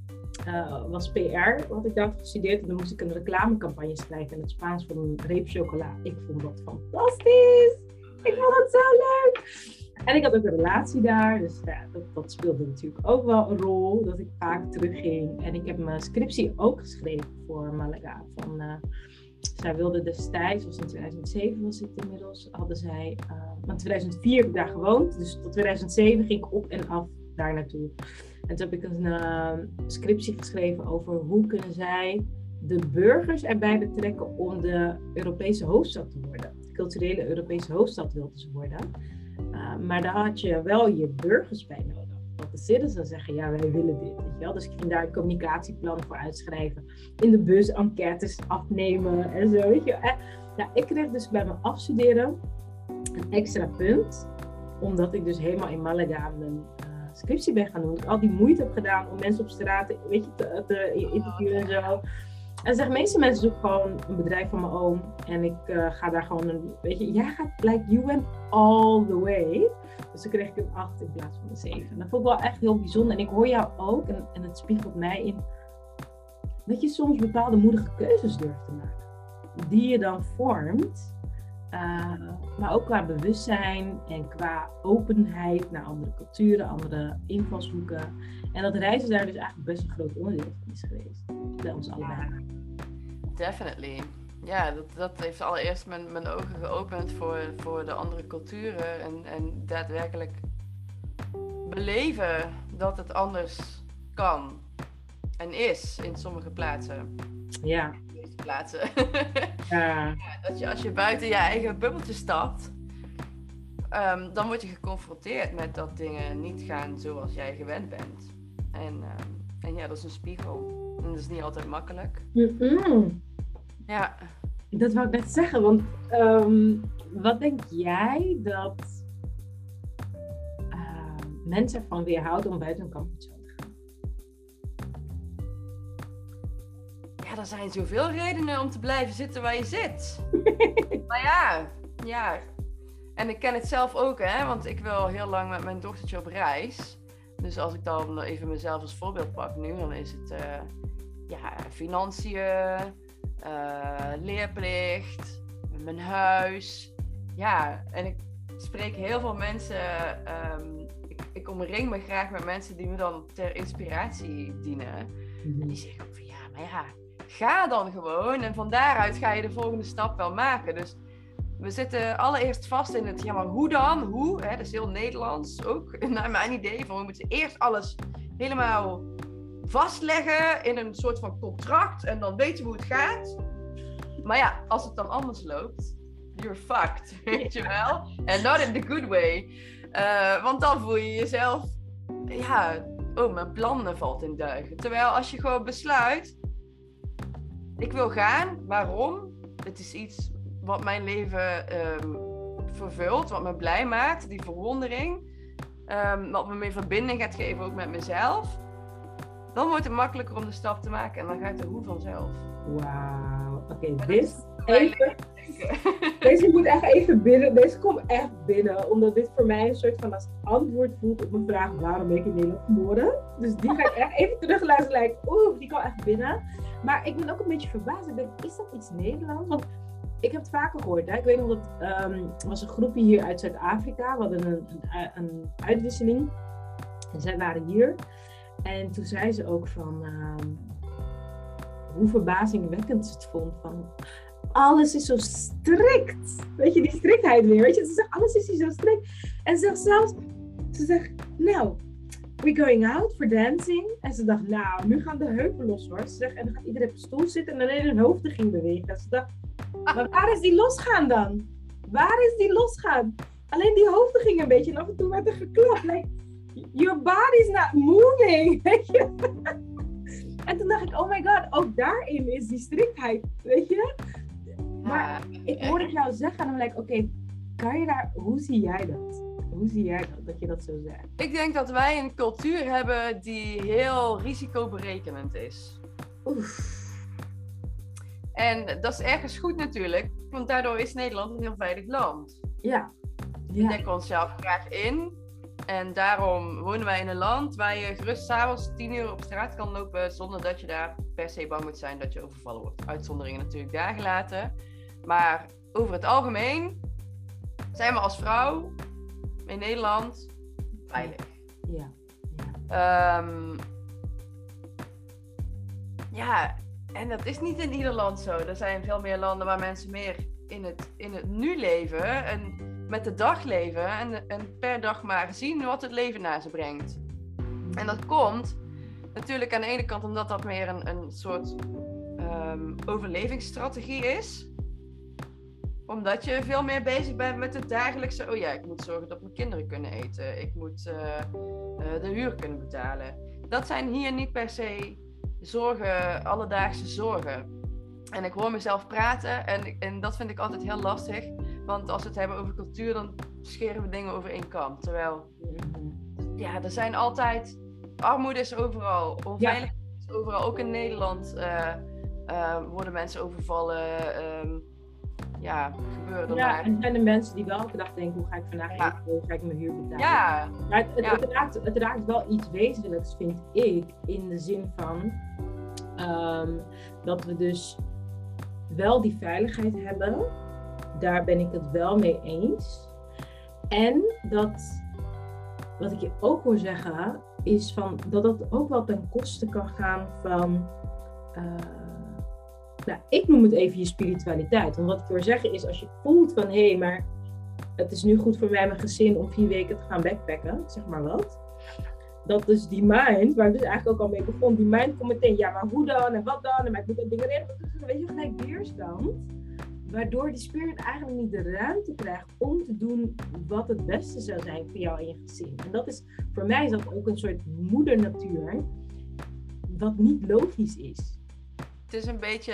was PR, wat ik daar had gestudeerd. En dan moest ik een reclamecampagne schrijven in het Spaans voor een reep chocola. Ik vond dat fantastisch! Ik vond het zo leuk! En ik had ook een relatie daar, dus dat speelde natuurlijk ook wel een rol, dat ik vaak terugging. En ik heb mijn scriptie ook geschreven voor Malaga. Zij wilde destijds, was in 2007 was het inmiddels, hadden zij, in 2004 heb ik daar gewoond, dus tot 2007 ging ik op en af daar naartoe. En toen heb ik een scriptie geschreven over hoe kunnen zij de burgers erbij betrekken om de Europese hoofdstad te worden. De culturele Europese hoofdstad wilden ze worden. Maar daar had je wel je burgers bij nodig. Want de citizens zeggen, ja, wij willen dit. Weet je wel? Dus ik ging daar een communicatieplan voor uitschrijven. In de bus enquêtes afnemen en zo. Weet je? Ik kreeg dus bij mijn afstuderen een extra punt. Omdat ik dus helemaal in Malaga mijn scriptie ben gaan doen. Ik al die moeite heb gedaan om mensen op straat te interviewen en zo. En zeg, meeste mensen zoeken gewoon een bedrijf van mijn oom. En ik ga daar gewoon jij gaat, like, you went all the way. Dus dan kreeg ik een 8 in plaats van een 7. Dat vond ik wel echt heel bijzonder. En ik hoor jou ook, en het spiegelt mij in, dat je soms bepaalde moedige keuzes durft te maken. Die je dan vormt. Maar ook qua bewustzijn en qua openheid naar andere culturen, andere invalshoeken. En dat reizen daar dus eigenlijk best een groot onderdeel van is geweest. Bij ons allebei. Definitely. Ja, dat heeft allereerst mijn ogen geopend voor de andere culturen. En daadwerkelijk beleven dat het anders kan. En is in sommige plaatsen. Ja. Plaatsen. Ja. Dat je als je buiten je eigen bubbeltje stapt, dan word je geconfronteerd met dat dingen niet gaan zoals jij gewend bent. En ja, dat is een spiegel. En dat is niet altijd makkelijk. Mm-mm. Ja. Dat wou ik net zeggen, want wat denk jij dat mensen ervan weerhoudt om buiten hun comfortzone te gaan? Ja, er zijn zoveel redenen om te blijven zitten waar je zit. Maar ja. En ik ken het zelf ook, hè, want ik wil heel lang met mijn dochtertje op reis. Dus als ik dan even mezelf als voorbeeld pak nu, dan is het financiën, leerplicht, mijn huis. Ja, en ik spreek heel veel mensen, ik omring me graag met mensen die me dan ter inspiratie dienen. Mm-hmm. En die zeggen ook van ga dan gewoon en van daaruit ga je de volgende stap wel maken. Dus we zitten allereerst vast in het, maar hoe dan? Hoe? Hè, dat is heel Nederlands ook, naar mijn idee. Van we moeten eerst alles helemaal vastleggen in een soort van contract en dan weten we hoe het gaat. Maar ja, als het dan anders loopt, you're fucked, weet je wel? And not in the good way. Want dan voel je jezelf, mijn plan valt in duigen. Terwijl als je gewoon besluit, ik wil gaan, waarom? Het is iets wat mijn leven vervult, wat me blij maakt, die verwondering. Wat me meer verbinding gaat geven ook met mezelf. Dan wordt het makkelijker om de stap te maken en dan gaat de hoe vanzelf. Wauw, oké, deze moet echt even binnen. Deze komt echt binnen, omdat dit voor mij een soort van als antwoord voelt op mijn vraag waarom ben ik in Nederland geboren. Dus die ga ik echt even terugluisteren. Die kan echt binnen. Maar ik ben ook een beetje verbaasd. Ik denk, is dat iets Nederlands? Want ik heb het vaker gehoord. Hè? Ik weet nog dat er was een groepje hier uit Zuid-Afrika. We hadden een uitwisseling. En zij waren hier. En toen zei ze ook van hoe verbazingwekkend ze het vond. Van alles is zo strikt. Weet je, die striktheid weer. Weet je, ze zegt alles is hier zo strikt. En ze zegt zelfs, nou, we're going out for dancing. En ze dacht, nou, nu gaan de heupen los hoor. Ze zegt, en dan gaat iedereen op de stoel zitten en alleen hun hoofden ging bewegen. En ze dacht, maar waar is die losgaan dan? Waar is die losgaan? Alleen die hoofden gingen een beetje en af en toe werd er geklapt. Like, your body's not moving. Weet je? En toen dacht ik, oh my god, ook daarin is die striktheid, weet je? Maar ik hoorde het jou zeggen en dan ben ik, oké, hoe zie jij dat? Hoe zie jij dat je dat zo zegt? Ik denk dat wij een cultuur hebben die heel risicoberekenend is. Oef. En dat is ergens goed natuurlijk, want daardoor is Nederland een heel veilig land. Ja. We dekken onszelf graag in. En daarom wonen wij in een land waar je gerust 's avonds 10 uur op straat kan lopen zonder dat je daar per se bang moet zijn dat je overvallen wordt. Uitzonderingen natuurlijk daar gelaten. Maar over het algemeen zijn we als vrouw in Nederland veilig. Ja, en dat is niet in ieder land zo. Er zijn veel meer landen waar mensen meer in het nu leven en met de dag leven en per dag maar zien wat het leven naar ze brengt. En dat komt natuurlijk aan de ene kant omdat dat meer een soort overlevingsstrategie is. Omdat je veel meer bezig bent met het dagelijkse. Oh ja, ik moet zorgen dat mijn kinderen kunnen eten. Ik moet de huur kunnen betalen. Dat zijn hier niet per se zorgen, alledaagse zorgen. En ik hoor mezelf praten en dat vind ik altijd heel lastig. Want als we het hebben over cultuur, dan scheren we dingen over één kam. Terwijl, ja, er zijn altijd... Armoede is overal. Onveiligheid is overal. Ook in Nederland worden mensen overvallen. Gebeuren er maar. En zijn er mensen die wel elke dag denken, hoe ga ik vandaag eten? Hoe ga ik mijn huur betalen? Ja. Maar het raakt wel iets wezenlijks, vind ik. In de zin van dat we dus wel die veiligheid hebben. Daar ben ik het wel mee eens. En dat, wat ik je ook hoor zeggen, is van dat dat ook wel ten koste kan gaan van, ik noem het even je spiritualiteit. Want wat ik hoor zeggen is, als je voelt van, hé, maar het is nu goed voor mij en mijn gezin om 4 weken te gaan backpacken, zeg maar wat. Dat dus die mind, waar ik dus eigenlijk ook al mee begon, die mind komt meteen, ja, maar hoe dan en wat dan? En maar ik moet dat dingen regelen. Weet je, gelijk weerstand. Waardoor die spirit eigenlijk niet de ruimte krijgt om te doen wat het beste zou zijn voor jou en je gezin. En dat is, voor mij is dat ook een soort moedernatuur, wat niet logisch is. Het is een beetje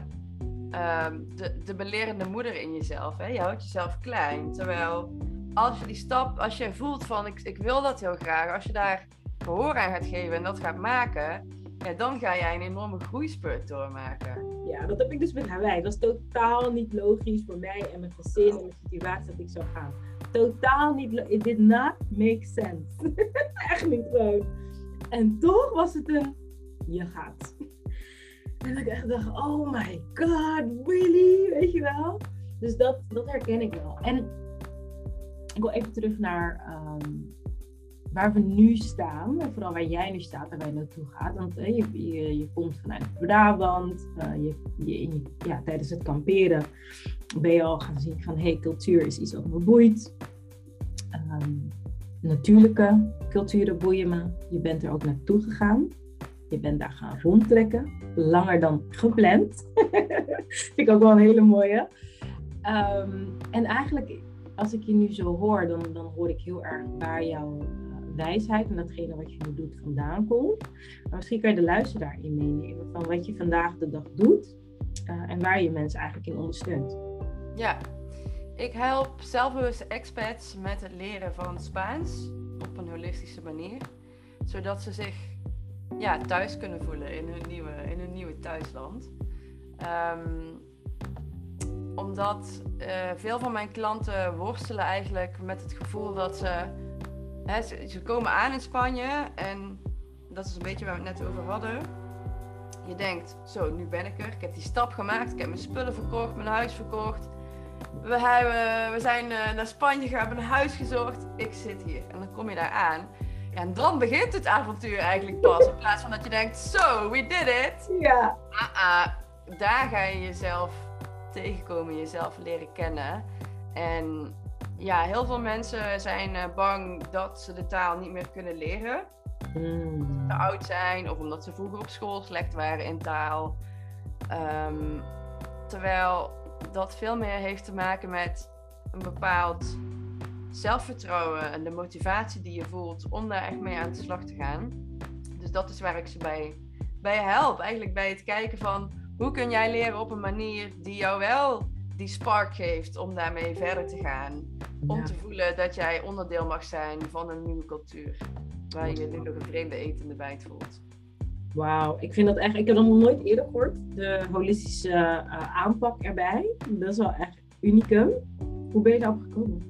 de belerende moeder in jezelf. Hè? Je houdt jezelf klein. Terwijl als je die stap, als je voelt van ik wil dat heel graag. Als je daar gehoor aan gaat geven en dat gaat maken, ja, dan ga jij een enorme groeispurt doormaken. Ja, dat heb ik dus met Hawaii. Dat is totaal niet logisch voor mij en mijn gezin en mijn situatie dat ik zou gaan. Totaal niet logisch. It did not make sense. Echt niet gewoon. En toch was het je gaat. En ik echt dacht, oh my god, really? Weet je wel? Dus dat herken ik wel. En ik wil even terug naar waar we nu staan. En vooral waar jij nu staat en waar je naartoe gaat. Want je komt vanuit Brabant. Tijdens het kamperen ben je al gaan zien van, cultuur is iets wat me boeit. Natuurlijke culturen boeien me. Je bent er ook naartoe gegaan. Je bent daar gaan rondtrekken. Langer dan gepland. Vind ik ook wel een hele mooie. En eigenlijk, als ik je nu zo hoor, dan hoor ik heel erg waar jouw wijsheid en datgene wat je nu doet vandaan komt. Maar misschien kan je de luisteraar in meenemen van wat je vandaag de dag doet en waar je mensen eigenlijk in ondersteunt. Ja, ik help zelfbewuste expats met het leren van Spaans op een holistische manier. Zodat ze zich thuis kunnen voelen in hun nieuwe thuisland. Omdat veel van mijn klanten worstelen eigenlijk met het gevoel dat ze komen aan in Spanje en dat is een beetje waar we het net over hadden. Je denkt, zo, nu ben ik er. Ik heb die stap gemaakt. Ik heb mijn spullen verkocht, mijn huis verkocht. We zijn naar Spanje gegaan, hebben een huis gezocht. Ik zit hier. En dan kom je daar aan. Ja, en dan begint het avontuur eigenlijk pas. In plaats van dat je denkt, so, we did it. Ja. Daar ga je jezelf tegenkomen, jezelf leren kennen. En ja, heel veel mensen zijn bang dat ze de taal niet meer kunnen leren. Te oud zijn of omdat ze vroeger op school slecht waren in taal. Terwijl dat veel meer heeft te maken met een bepaald zelfvertrouwen en de motivatie die je voelt om daar echt mee aan de slag te gaan. Dus dat is waar ik ze bij help. Eigenlijk bij het kijken van hoe kun jij leren op een manier die jou wel die spark geeft om daarmee verder te gaan. Om te voelen dat jij onderdeel mag zijn van een nieuwe cultuur. Waar je nu nog een vreemde etende bijt voelt. Wauw, ik vind dat echt, ik heb dat nog nooit eerder gehoord. De holistische aanpak erbij. Dat is wel echt unicum. Hoe ben je daarop gekomen?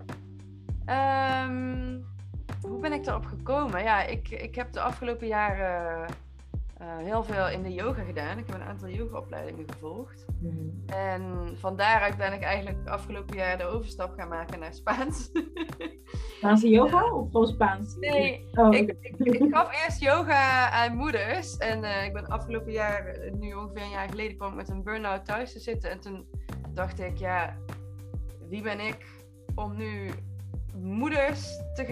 Hoe ben ik daarop gekomen? Ja, ik heb de afgelopen jaren heel veel in de yoga gedaan. Ik heb een aantal yogaopleidingen gevolgd. En van daaruit ben ik eigenlijk de afgelopen jaar de overstap gaan maken naar Spaans. Spaanse yoga of gewoon Spaans? Nee, ik gaf eerst yoga aan moeders. En ik ben afgelopen jaar, nu ongeveer een jaar geleden, kwam ik met een burn-out thuis te zitten. En toen dacht ik, ja, wie ben ik om nu moeders te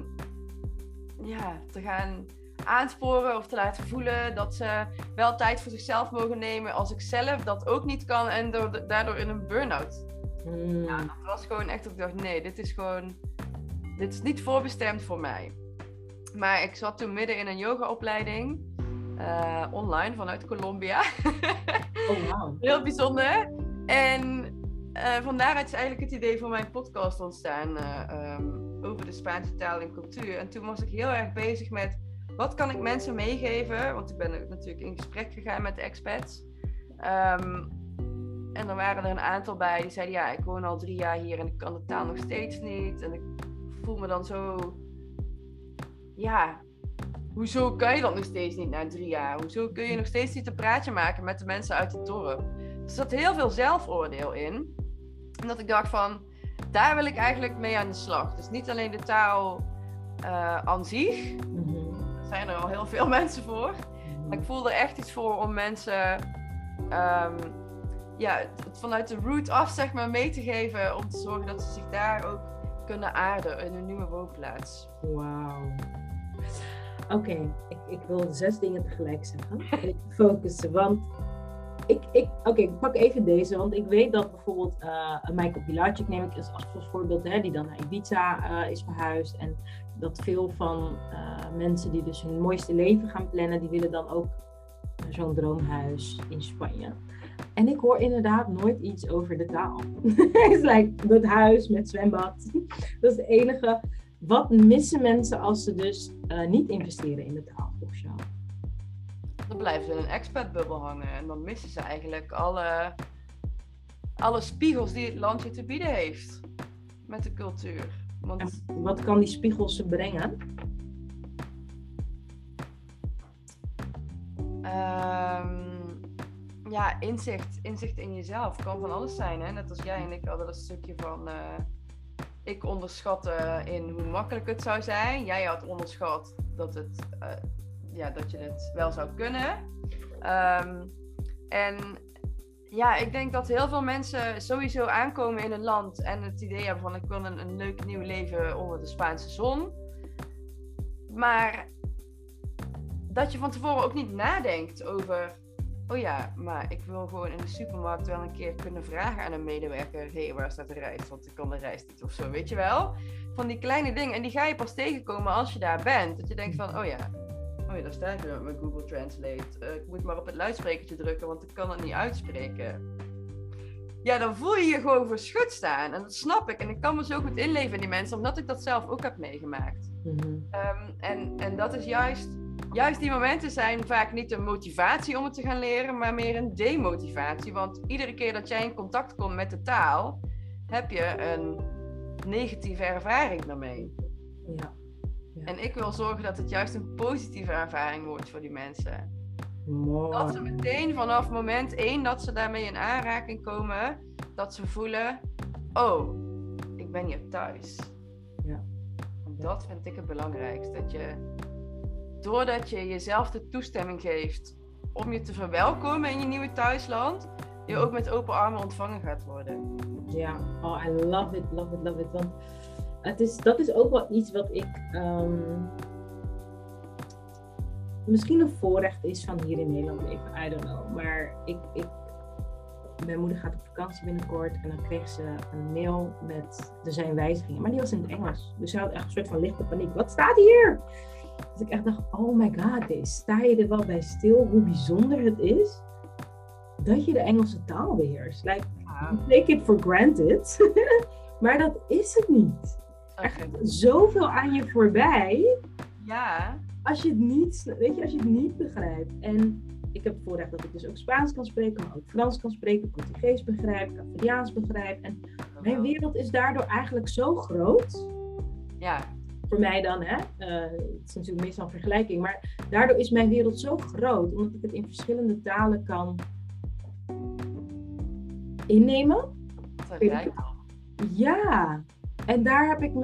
gaan aansporen of te laten voelen dat ze wel tijd voor zichzelf mogen nemen als ik zelf dat ook niet kan en daardoor in een burn-out. Ja, dat was gewoon echt dat ik dacht, nee, dit is niet voorbestemd voor mij. Maar ik zat toen midden in een yogaopleiding, online vanuit Colombia. Oh, wow. Heel bijzonder. En van daaruit is eigenlijk het idee voor mijn podcast ontstaan over de Spaanse taal en cultuur. En toen was ik heel erg bezig met wat kan ik mensen meegeven? Want ik ben natuurlijk in gesprek gegaan met de expats. En er waren er een aantal bij die zeiden, ja, ik woon al 3 jaar hier en ik kan de taal nog steeds niet. En ik voel me dan zo, ja, hoezo kan je dat nog steeds niet na 3 jaar? Hoezo kun je nog steeds niet een praatje maken met de mensen uit het dorp? Er zat heel veel zelfoordeel in. En dat ik dacht van, daar wil ik eigenlijk mee aan de slag. Dus niet alleen de taal aan zich. Er zijn er al heel veel mensen voor. Maar ik voelde echt iets voor om mensen het vanuit de root af zeg maar mee te geven. Om te zorgen dat ze zich daar ook kunnen aarden in hun nieuwe woonplaats. Wauw. Oké, ik wil 6 dingen tegelijk zeggen. Ik focussen, want ik pak even deze, want ik weet dat bijvoorbeeld Michael Pilarczyk neem ik als voorbeeld, die dan naar Ibiza is verhuisd. En dat veel van mensen die dus hun mooiste leven gaan plannen, die willen dan ook zo'n droomhuis in Spanje. En ik hoor inderdaad nooit iets over de taal. Het lijkt dat huis met zwembad. Dat is het enige. Wat missen mensen als ze dus niet investeren in de taal volgens jou? Dan blijven ze in een expatbubbel hangen en dan missen ze eigenlijk alle spiegels die het land je te bieden heeft met de cultuur. Want wat kan die spiegels ze brengen? Inzicht in jezelf kan van alles zijn. Hè? Net als jij en ik hadden een stukje van ik onderschatte in hoe makkelijk het zou zijn. Jij had onderschat dat je het wel zou kunnen. Ik denk dat heel veel mensen sowieso aankomen in een land en het idee hebben van ik wil een leuk nieuw leven onder de Spaanse zon. Maar dat je van tevoren ook niet nadenkt over oh ja, maar ik wil gewoon in de supermarkt wel een keer kunnen vragen aan een medewerker, hé, waar staat de rijst? Want ik kan de rijst niet of zo, weet je wel? Van die kleine dingen. En die ga je pas tegenkomen als je daar bent. Dat je denkt van, oh ja, daar sta ik weer met mijn Google Translate. Ik moet maar op het luidsprekertje drukken, want ik kan het niet uitspreken. Ja, dan voel je je gewoon voor schut staan. En dat snap ik. En ik kan me zo goed inleven in die mensen, omdat ik dat zelf ook heb meegemaakt. Mhm. En dat is juist die momenten zijn vaak niet een motivatie om het te gaan leren, maar meer een demotivatie. Want iedere keer dat jij in contact komt met de taal, heb je een negatieve ervaring daarmee. Ja. En ik wil zorgen dat het juist een positieve ervaring wordt voor die mensen. Mooi. Dat ze meteen vanaf moment 1 dat ze daarmee in aanraking komen, dat ze voelen, oh, ik ben hier thuis. Ja. En dat vind ik het belangrijkste. Dat je, doordat je jezelf de toestemming geeft om je te verwelkomen in je nieuwe thuisland, je ook met open armen ontvangen gaat worden. Ja, oh, I love it. Want dat is ook wel iets wat ik misschien een voorrecht is van hier in Nederland leven. I don't know. Maar mijn moeder gaat op vakantie binnenkort en dan kreeg ze een mail met er zijn wijzigingen. Maar die was in het Engels. Dus ze had echt een soort van lichte paniek. Wat staat hier? Dus ik echt dacht, oh my god, sta je er wel bij stil hoe bijzonder het is dat je de Engelse taal beheerst. Like, take it for granted. Maar dat is het niet. Er gaat zoveel aan je voorbij. Ja. Als je het niet begrijpt. En ik heb het voorrecht dat ik dus ook Spaans kan spreken, maar ook Frans kan spreken, Portugees begrijp, Canadees begrijp. En mijn wereld is daardoor eigenlijk zo groot. Ja. Voor mij dan, hè. Het is natuurlijk meestal een vergelijking. Maar daardoor is mijn wereld zo groot, omdat ik het in verschillende talen kan innemen. Ja. En daar heb ik me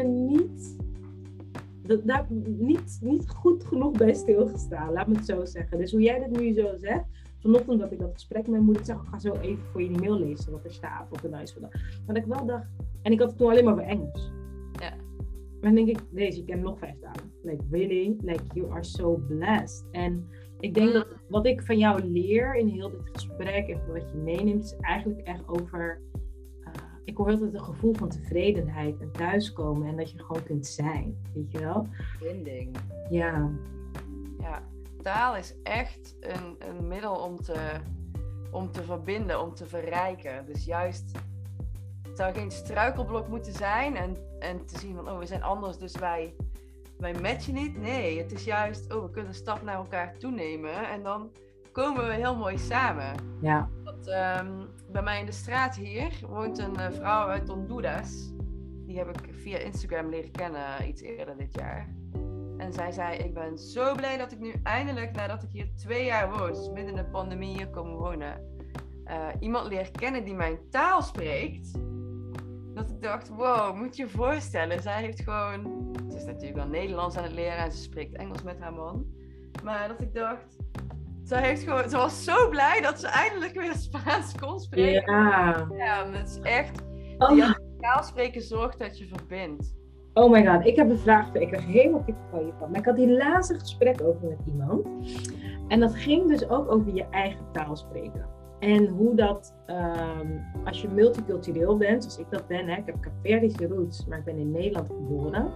niet goed genoeg bij stilgestaan, laat me het zo zeggen. Dus hoe jij dit nu zo zegt, vanochtend dat ik dat gesprek met mijn moeder zag, ik ga zo even voor je die mail lezen wat er staat op de lijst vandaag. Maar dat ik wel dacht, en ik had het toen alleen maar over Engels. Ja. Maar dan denk ik, deze, ik ken nog 5 talen. Like really, like you are so blessed. En ik denk dat wat ik van jou leer in heel dit gesprek en wat je meeneemt, is eigenlijk echt over, ik hoor altijd een gevoel van tevredenheid en thuiskomen en dat je gewoon kunt zijn, weet je wel? Verbinding. Ja. Ja, taal is echt een middel om te verbinden, om te verrijken. Dus juist, het zou geen struikelblok moeten zijn en te zien van, oh, we zijn anders, dus wij matchen niet. Nee, het is juist, oh, we kunnen een stap naar elkaar toenemen en dan komen we heel mooi samen. Ja. Bij mij in de straat hier woont een vrouw uit Honduras. Die heb ik via Instagram leren kennen iets eerder dit jaar. En zij zei, ik ben zo blij dat ik nu eindelijk, nadat ik hier 2 jaar woon, dus midden in de pandemie hier komen wonen, iemand leer kennen die mijn taal spreekt. Dat ik dacht, wow, moet je je voorstellen. Zij heeft gewoon, ze is natuurlijk wel Nederlands aan het leren en ze spreekt Engels met haar man. Maar dat ik dacht, ze was zo blij dat ze eindelijk weer Spaans kon spreken. Ja, dat is echt, taal spreken zorgt dat je verbindt. Oh my god, ik heb een vraag. Ik krijg helemaal kippenvel hiervan. Maar ik had hier laatst een gesprek over met iemand. En dat ging dus ook over je eigen taal spreken. En hoe dat, als je multicultureel bent, zoals ik dat ben. Hè, ik heb Capverdische roots, maar ik ben in Nederland geboren.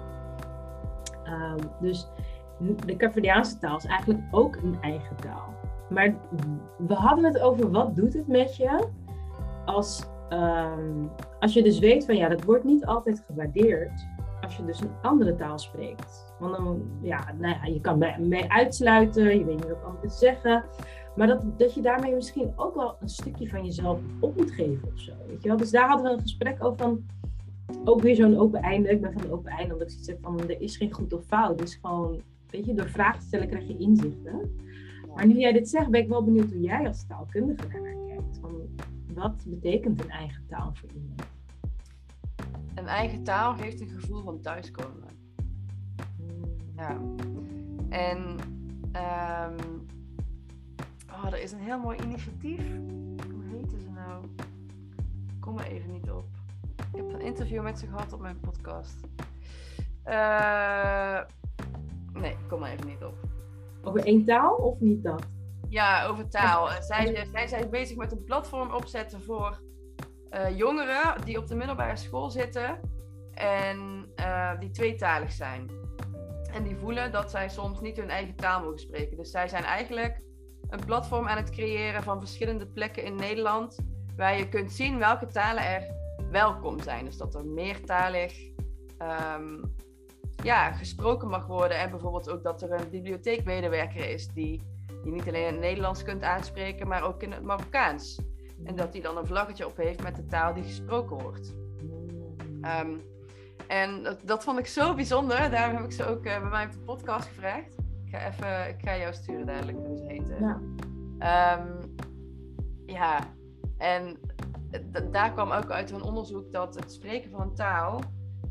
Dus de Capverdiaanse taal is eigenlijk ook een eigen taal. Maar we hadden het over wat doet het met je als je dus weet van ja, dat wordt niet altijd gewaardeerd als je dus een andere taal spreekt. Want dan, je kan mij uitsluiten, je weet niet wat anders zeggen. Maar dat je daarmee misschien ook wel een stukje van jezelf op moet geven of zo, weet je wel. Dus daar hadden we een gesprek over van, ook weer zo'n open einde. Ik ben van de open einde, omdat ik zoiets heb van, er is geen goed of fout. Het is gewoon, weet je, door vragen te stellen krijg je inzichten. Maar nu jij dit zegt, ben ik wel benieuwd hoe jij als taalkundige daarnaar kijkt. Van, wat betekent een eigen taal voor iemand? Een eigen taal geeft een gevoel van thuiskomen. Ja. En er is een heel mooi initiatief. Hoe heette ze nou? Ik kom er even niet op. Ik heb een interview met ze gehad op mijn podcast. Nee, ik kom er even niet op. Over één taal of niet dat? Ja, over taal. Zij zijn bezig met een platform opzetten voor jongeren die op de middelbare school zitten en die tweetalig zijn. En die voelen dat zij soms niet hun eigen taal mogen spreken. Dus zij zijn eigenlijk een platform aan het creëren van verschillende plekken in Nederland, waar je kunt zien welke talen er welkom zijn. Dus dat er meertalig gesproken mag worden. En bijvoorbeeld ook dat er een bibliotheekmedewerker is die je niet alleen in het Nederlands kunt aanspreken, maar ook in het Marokkaans. En dat die dan een vlaggetje op heeft met de taal die gesproken wordt. En dat vond ik zo bijzonder. Daarom heb ik ze ook bij mij op de podcast gevraagd. Ik ga jou sturen dadelijk hoe ze heten. Ja. En daar kwam ook uit een onderzoek dat het spreken van een taal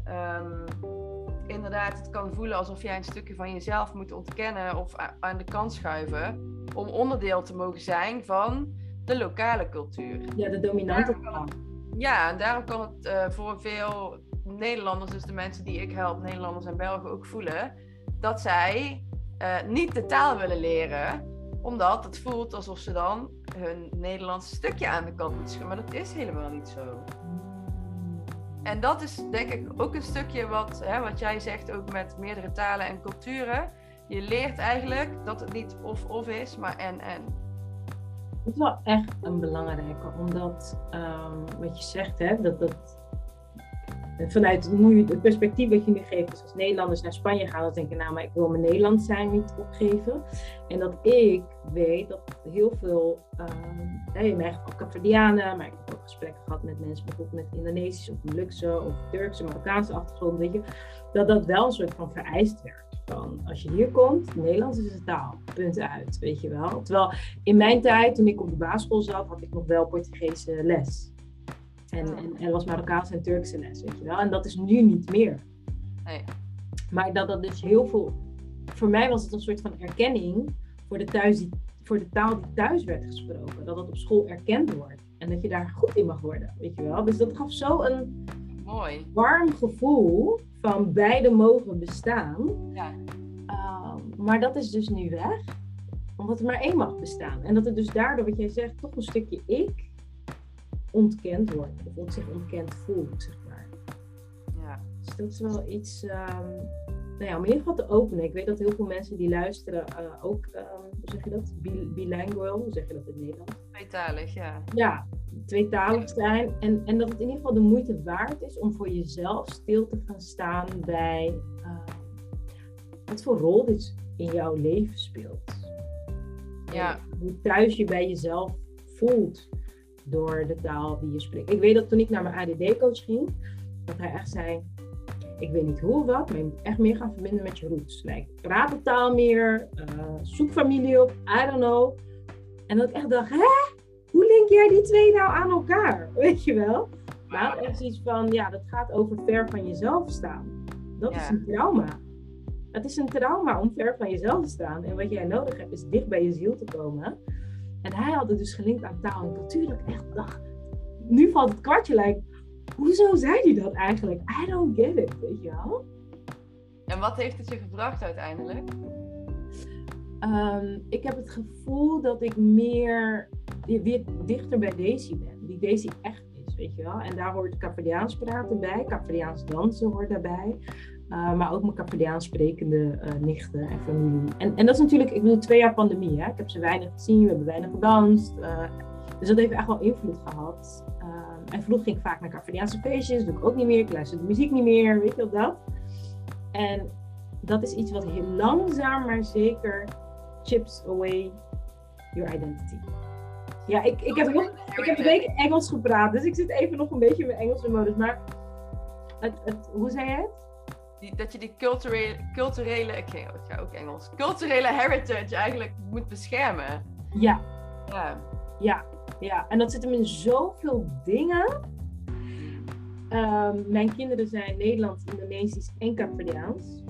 inderdaad het kan voelen alsof jij een stukje van jezelf moet ontkennen of aan de kant schuiven om onderdeel te mogen zijn van de lokale cultuur. Ja, de dominante taal. Ja, en daarom kan het voor veel Nederlanders, dus de mensen die ik help, Nederlanders en Belgen ook voelen, dat zij niet de taal willen leren, omdat het voelt alsof ze dan hun Nederlandse stukje aan de kant moeten schudden. Maar dat is helemaal niet zo. En dat is denk ik ook een stukje wat jij zegt, ook met meerdere talen en culturen. Je leert eigenlijk dat het niet of is, maar en. Het is wel echt een belangrijke, omdat wat je zegt, hè, dat vanuit nu het perspectief wat je nu geeft, dus als Nederlanders naar Spanje gaan, dan denken, nou, maar ik wil mijn Nederlands zijn niet opgeven. En dat ik weet dat heel veel, in mijn geval Caverdianen, maar ik heb ook gesprekken gehad met mensen bijvoorbeeld met Indonesische of Molukse of Turkse, Marokkaanse achtergrond, weet je, dat wel een soort van vereist werd. Van, als je hier komt, Nederlands is een taal, punt uit, weet je wel. Terwijl in mijn tijd, toen ik op de basisschool zat, had ik nog wel Portugese les. En er was Marokkaanse en Turkse les, weet je wel. En dat is nu niet meer. Nee. Maar dat dus heel veel... Voor mij was het een soort van erkenning voor de taal die thuis werd gesproken. Dat op school erkend wordt. En dat je daar goed in mag worden, weet je wel. Dus dat gaf zo een warm gevoel van beide mogen bestaan. Ja. Maar dat is dus nu weg. Omdat er maar één mag bestaan. En dat het dus daardoor, wat jij zegt, toch een stukje ik ontkend wordt. Of zich ontkend voelt, zeg maar. Ja. Dus dat is wel iets... om in ieder geval te openen. Ik weet dat heel veel mensen die luisteren ook, hoe zeg je dat? Bilingual, hoe zeg je dat in Nederland? Tweetalig, ja. Ja, tweetalig zijn. En dat het in ieder geval de moeite waard is om voor jezelf stil te gaan staan bij wat voor rol dit in jouw leven speelt. Ja. Hoe thuis je bij jezelf voelt door de taal die je spreekt. Ik weet dat toen ik naar mijn ADD-coach ging, dat hij echt zei, ik weet niet hoe of wat, maar je moet echt meer gaan verbinden met je roots. Praat de taal meer, zoek familie op, I don't know. En dat ik echt dacht, hoe link jij die twee nou aan elkaar? Weet je wel? Maar echt iets van, dat gaat over ver van jezelf staan. Dat is een trauma. Het is een trauma om ver van jezelf te staan. En wat jij nodig hebt, is dicht bij je ziel te komen. En hij had het dus gelinkt aan taal en cultuur. Dat ik echt dacht, nu valt het kwartje, hoezo zei hij dat eigenlijk? I don't get it, weet je wel? En wat heeft het je gebracht uiteindelijk? Ik heb het gevoel dat ik weer dichter bij Daisy ben. Die Daisy echt is, weet je wel? En daar hoort Caverdiaans praten bij. Caverdiaans dansen hoort daarbij. Maar ook mijn Caverdiaans sprekende nichten en familie. En dat is natuurlijk, ik bedoel, 2 jaar pandemie. Hè? Ik heb ze weinig gezien, we hebben weinig gedanst. Dus dat heeft echt wel invloed gehad. En vroeger ging ik vaak naar Caverdiaanse feestjes, doe ik ook niet meer. Ik luister de muziek niet meer, weet je wel dat. En dat is iets wat heel langzaam maar zeker chips away your identity. Ja, ik heb een week Engels gepraat, dus ik zit even nog een beetje in mijn Engelse modus. Maar hoe zei je het? Dat je die culturele, ik ga ook Engels, culturele heritage eigenlijk moet beschermen. Ja. En dat zit hem in zoveel dingen. Mijn kinderen zijn Nederlands, Indonesisch en Caverdiaans.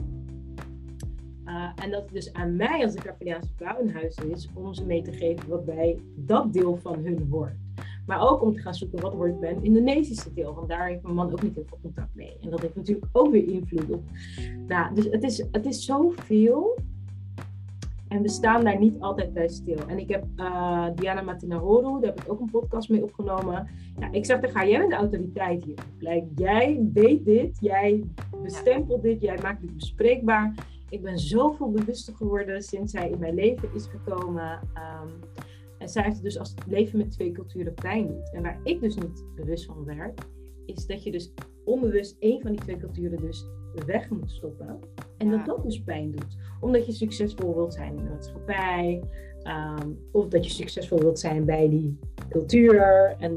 En dat het dus aan mij als een Caverdiaanse vrouw in huis is om ze mee te geven wat bij dat deel van hun hoort. Maar ook om te gaan zoeken wat hoort bij een Indonesische deel. Want daar heeft mijn man ook niet heel veel contact mee. En dat heeft natuurlijk ook weer invloed op. Nou, dus het is zoveel. En we staan daar niet altijd bij stil. En ik heb Diana Matinahoru, daar heb ik ook een podcast mee opgenomen. Ja, ik zeg tegen haar, jij bent de autoriteit hier. Jij weet dit, jij bestempelt dit, jij maakt dit bespreekbaar. Ik ben zoveel bewuster geworden sinds zij in mijn leven is gekomen. En zij heeft het dus als het leven met 2 culturen pijn doet. En waar ik dus niet bewust van werd, is dat je dus onbewust 1 van die 2 culturen dus weg moet stoppen. En dat dus pijn doet. Omdat je succesvol wilt zijn in de maatschappij. Of dat je succesvol wilt zijn bij die cultuur. En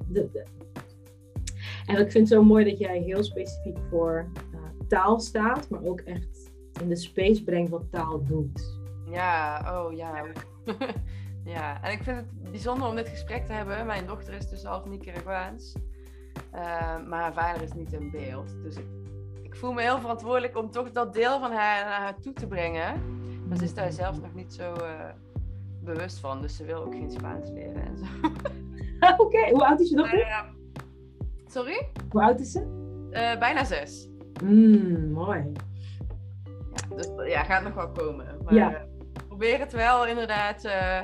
ik vind het zo mooi dat jij heel specifiek voor taal staat. Maar ook echt in de space brengt wat taal doet. Ja, ja, en ik vind het bijzonder om dit gesprek te hebben. Mijn dochter is dus half Nicaraguaans. Maar haar vader is niet in beeld. Dus ik voel me heel verantwoordelijk om toch dat deel van haar naar haar toe te brengen. Maar ze is daar zelf nog niet zo bewust van. Dus ze wil ook geen Spaans leren en zo. Oké, hoe oud is je dochter? Sorry? Hoe oud is ze? Bijna 6. Mooi. Ja, dus gaat nog wel komen. Maar probeer het wel inderdaad...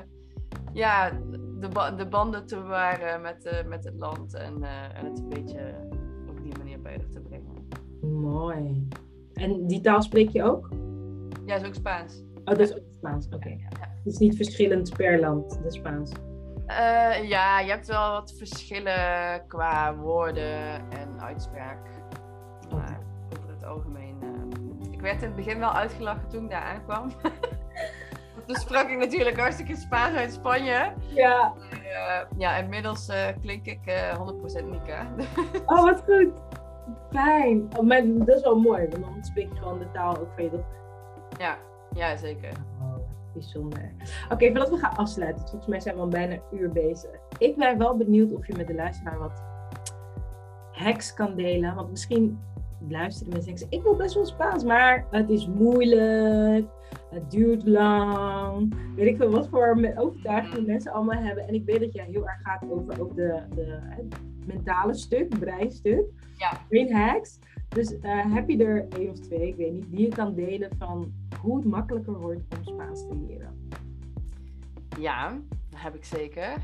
de banden te bewaren met het land en het een beetje op die manier verder te brengen. Mooi. En die taal spreek je ook? Ja, is ook Spaans. Oh, dat is ook Spaans, oké. Ja. Het is niet verschillend per land, de Spaans? Je hebt wel wat verschillen qua woorden en uitspraak. Maar over het algemeen... ik werd in het begin wel uitgelachen toen ik daar aankwam. Toen sprak ik natuurlijk hartstikke Spaans uit Spanje. Ja. Inmiddels klink ik 100% Nica. Oh, wat goed. Fijn. Oh, maar dat is wel mooi, want dan spreek je gewoon de taal ook van je dochter. Ja, zeker. Oh, bijzonder. Oké, voordat we gaan afsluiten, volgens mij zijn we al bijna een uur bezig. Ik ben wel benieuwd of je met de luisteraar wat hacks kan delen. Want misschien luisteren mensen en denken, ik wil best wel Spaans, maar het is moeilijk. Het duurt lang. Weet ik veel wat voor overtuigingen mensen allemaal hebben. En ik weet dat jij heel erg gaat over ook het mentale stuk, breinstuk. Ja. Brain hacks. Dus heb je er 1 of 2, ik weet niet, die je kan delen van hoe het makkelijker wordt om Spaans te leren? Ja, dat heb ik zeker.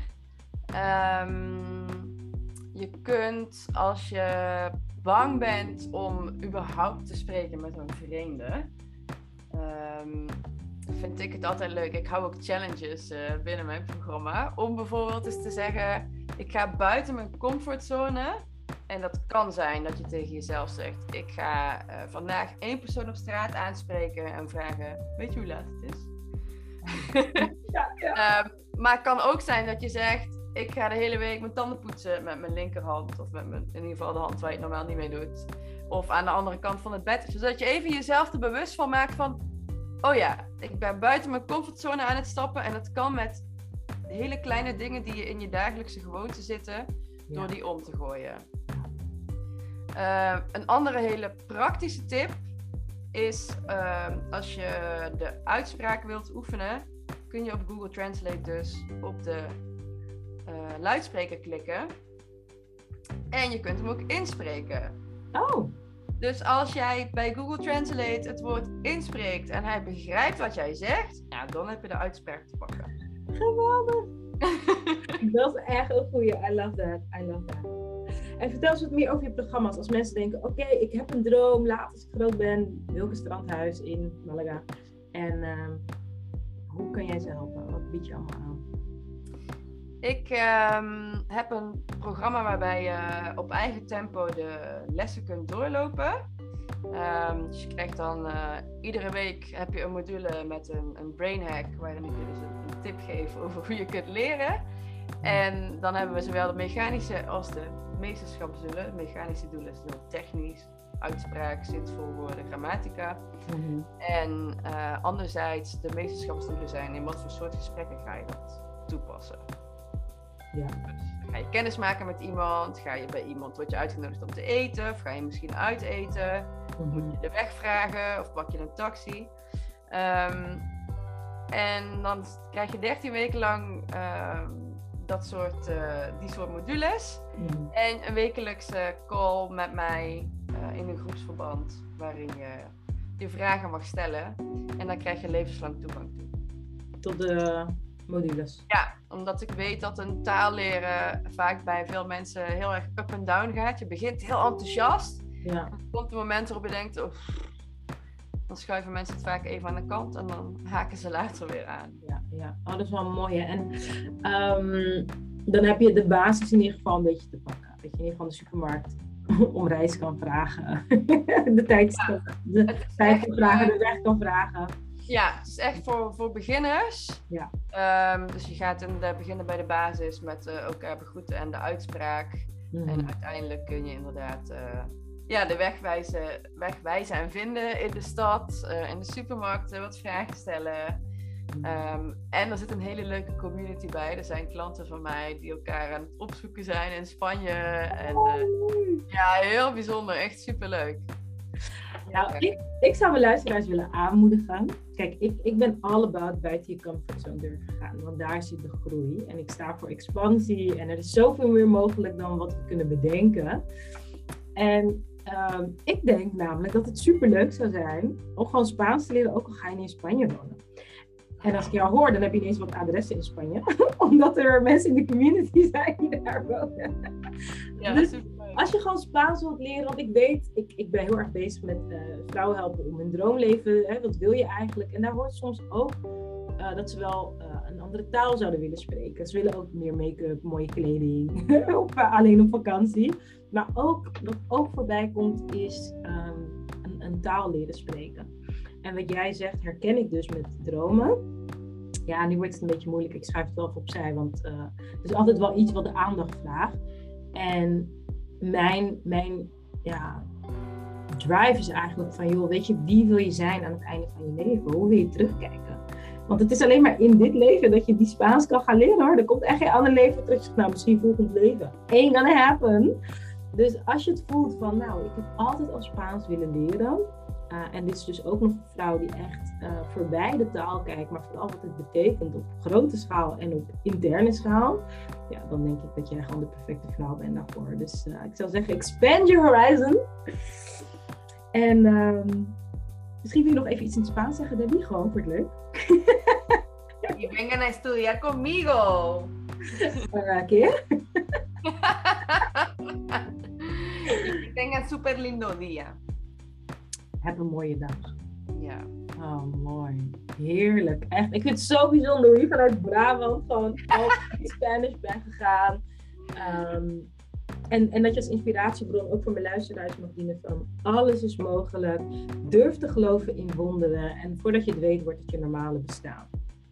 Je kunt, als je bang bent om überhaupt te spreken met een vreemde, vind ik het altijd leuk. Ik hou ook challenges binnen mijn programma. Om bijvoorbeeld eens te zeggen, ik ga buiten mijn comfortzone. En dat kan zijn dat je tegen jezelf zegt, ik ga vandaag 1 persoon op straat aanspreken en vragen, weet je hoe laat het is? Maar het kan ook zijn dat je zegt, ik ga de hele week mijn tanden poetsen met mijn linkerhand. Of met in ieder geval de hand waar je het normaal niet mee doet. Of aan de andere kant van het bed. Zodat je even jezelf er bewust van maakt van, oh ja, ik ben buiten mijn comfortzone aan het stappen. En dat kan met hele kleine dingen die je in je dagelijkse gewoonte zitten, door die om te gooien. Een andere hele praktische tip is, als je de uitspraak wilt oefenen, kun je op Google Translate dus op de luidspreker klikken. En je kunt hem ook inspreken. Oh. Dus als jij bij Google Translate het woord inspreekt en hij begrijpt wat jij zegt, ja, dan heb je de uitspraak te pakken. Geweldig. Dat is echt een goeie. I love that. En vertel eens wat meer over je programma's. Als mensen denken, oké, ik heb een droom. Later als ik groot ben, Wilke Strandhuis in Malaga. En hoe kan jij ze helpen? Wat bied je allemaal aan? Ik heb een programma waarbij je op eigen tempo de lessen kunt doorlopen. Dus je krijgt dan iedere week heb je een module met een brain hack, waarin ik je dus een tip geef over hoe je kunt leren. En dan hebben we zowel de mechanische als de meesterschapsdoelen. De mechanische doelen zijn heel technisch, uitspraak, zinvol woorden, grammatica. Mm-hmm. En anderzijds, de meesterschapsdoelen zijn in wat voor soort gesprekken ga je dat toepassen. Ja. Dus ga je kennis maken met iemand? Ga je bij iemand, word je uitgenodigd om te eten? Of ga je misschien uiteten? Mm-hmm. Moet je de weg vragen? Of pak je een taxi? En dan krijg je 13 weken lang die soort modules. Mm-hmm. En een wekelijkse call met mij in een groepsverband waarin je je vragen mag stellen. En dan krijg je levenslang toegang toe. tot de modules. Ja, omdat ik weet dat een taal leren vaak bij veel mensen heel erg up en down gaat. Je begint heel enthousiast. Ja. Er komt een moment waarop je denkt, dan schuiven mensen het vaak even aan de kant en dan haken ze later weer aan. Ja. Oh, dat is wel mooi. Hè? En dan heb je de basis in ieder geval een beetje te pakken. Dat je in ieder geval de supermarkt om reis kan vragen. de tijd kan vragen, de weg kan vragen. Ja, het is echt voor beginners. Ja. Dus je gaat beginnen bij de basis met elkaar begroeten en de uitspraak. En uiteindelijk kun je inderdaad de weg wijzen en vinden in de stad, in de supermarkten, wat vragen stellen. En er zit een hele leuke community bij. Er zijn klanten van mij die elkaar aan het opzoeken zijn in Spanje. En heel bijzonder. Echt superleuk. Nou, ik zou mijn luisteraars willen aanmoedigen. Kijk, ik ben all about buiten je comfortzone durven gaan. Want daar zit de groei. En ik sta voor expansie. En er is zoveel meer mogelijk dan wat we kunnen bedenken. En ik denk namelijk dat het superleuk zou zijn om gewoon Spaans te leren, ook al ga je niet in Spanje wonen. En als ik jou hoor, dan heb je ineens wat adressen in Spanje. Omdat er mensen in de community zijn die daar wonen. Ja, dus superleuk. als je gewoon Spaans wilt leren, want ik weet, ik ben heel erg bezig met vrouwen helpen om hun droomleven. Hè, wat wil je eigenlijk? En daar hoort soms ook dat ze wel een andere taal zouden willen spreken. Ze willen ook meer make-up, mooie kleding. Of alleen op vakantie. Maar ook, wat ook voorbij komt, is een taal leren spreken. En wat jij zegt, herken ik dus met dromen. Ja, nu wordt het een beetje moeilijk. Ik schrijf het wel even opzij, want het is altijd wel iets wat de aandacht vraagt. En mijn drive is eigenlijk van, joh, weet je, wie wil je zijn aan het einde van je leven? Hoe wil je terugkijken? Want het is alleen maar in dit leven dat je die Spaans kan gaan leren, hoor. Er komt echt geen ander leven terug. Nou, misschien volgend leven. Ain't gonna happen. Dus als je het voelt van, nou, ik heb altijd al Spaans willen leren. En dit is dus ook nog een vrouw die echt voorbij de taal kijkt, maar vooral wat het betekent op grote schaal en op interne schaal. Ja, dan denk ik dat jij gewoon de perfecte vrouw bent daarvoor. Dus ik zou zeggen, expand your horizon. En misschien wil je nog even iets in het Spaans zeggen, Debbie, gewoon voor het leuk. Y vengan a estudiar conmigo. ¿Qué? Y tengan super lindo día. Heb een mooie dag. Ja. Oh, mooi. Heerlijk. Echt, ik vind het zo bijzonder hoe je vanuit Brabant gewoon al in Spanish bent gegaan. En dat je als inspiratiebron ook voor mijn luisteraars mag dienen van alles is mogelijk. Durf te geloven in wonderen. En voordat je het weet, wordt het je normale bestaan.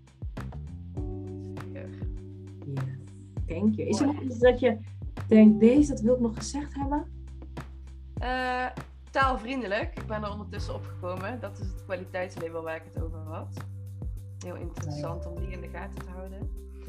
Yes. Thank you. Is er nog iets dat je denkt, dat wil ik nog gezegd hebben? Taalvriendelijk. Ik ben er ondertussen opgekomen. Dat is het kwaliteitslabel waar ik het over had. Heel interessant om die in de gaten te houden.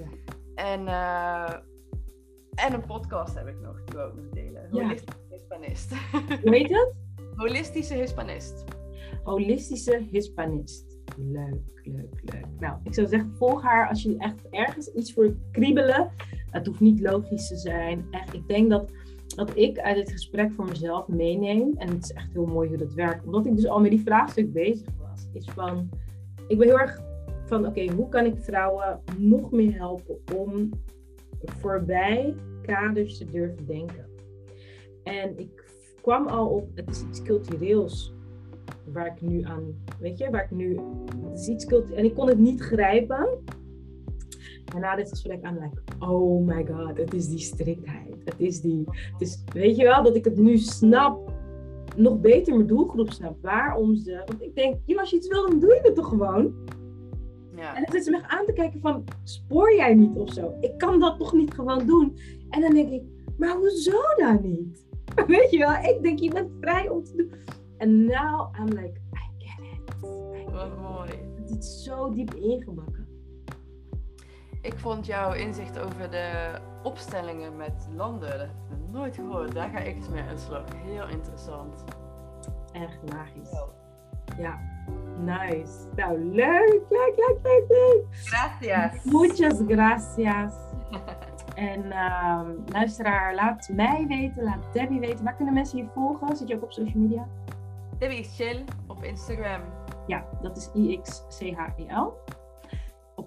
Ja. En een podcast heb ik nog, die wil ik nog delen. Holistische Hispanist. Hoe heet het? Holistische Hispanist. Holistische Hispanist. Leuk. Nou, ik zou zeggen, volg haar als je echt ergens iets voor kriebelen. Het hoeft niet logisch te zijn. Echt, ik denk dat ik uit dit gesprek voor mezelf meeneem, en het is echt heel mooi hoe dat werkt, omdat ik dus al met die vraagstuk bezig was, is van, ik ben heel erg van, oké, hoe kan ik vrouwen nog meer helpen om voorbij kaders te durven denken? En ik kwam al op, het is iets cultureels, waar ik nu aan, het is iets cultureels, en ik kon het niet grijpen. En na dit gesprek aan like, oh my god, het is die striktheid. Weet je wel, dat ik het nu snap, nog beter mijn doelgroep snap. Waarom ze, want ik denk, als je iets wil, dan doe je het toch gewoon. Ja. En het is me echt aan te kijken van, spoor jij niet of zo? Ik kan dat toch niet gewoon doen? En dan denk ik, maar hoezo dan niet? Weet je wel, ik denk, je bent vrij om te doen. En now I'm like, I get it. Wat mooi. Het is zo diep ingebakken. Ik vond jouw inzicht over de opstellingen met landen, dat heb ik nog nooit gehoord. Daar ga ik eens mee aan de slag. Heel interessant. Echt magisch. Oh. Ja, nice. Nou, leuk. Gracias. Muchas gracias. En luisteraar, laat mij weten, laat Debbie weten. Waar kunnen mensen je volgen? Zit je ook op social media? Debbie is chill op Instagram. Ja, dat is IXCHEL. Op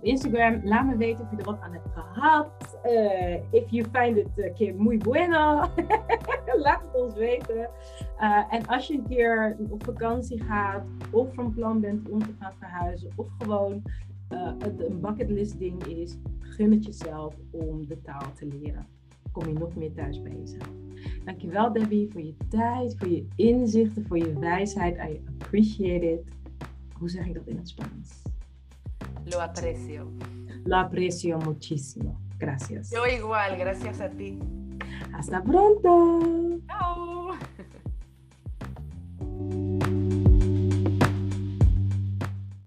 op Instagram. Laat me weten of je er wat aan hebt gehad. If you find it que muy bueno. Laat het ons weten. En als je een keer op vakantie gaat, of van plan bent om te gaan verhuizen, of gewoon het een bucketlist ding is, gun het jezelf om de taal te leren. Kom je nog meer thuis bij jezelf. Dankjewel Debbie voor je tijd, voor je inzichten, voor je wijsheid. I appreciate it. Hoe zeg ik dat in het Spaans? Lo aprecio. Lo aprecio muchísimo. Gracias. Yo igual, gracias a ti. Hasta pronto. Chao.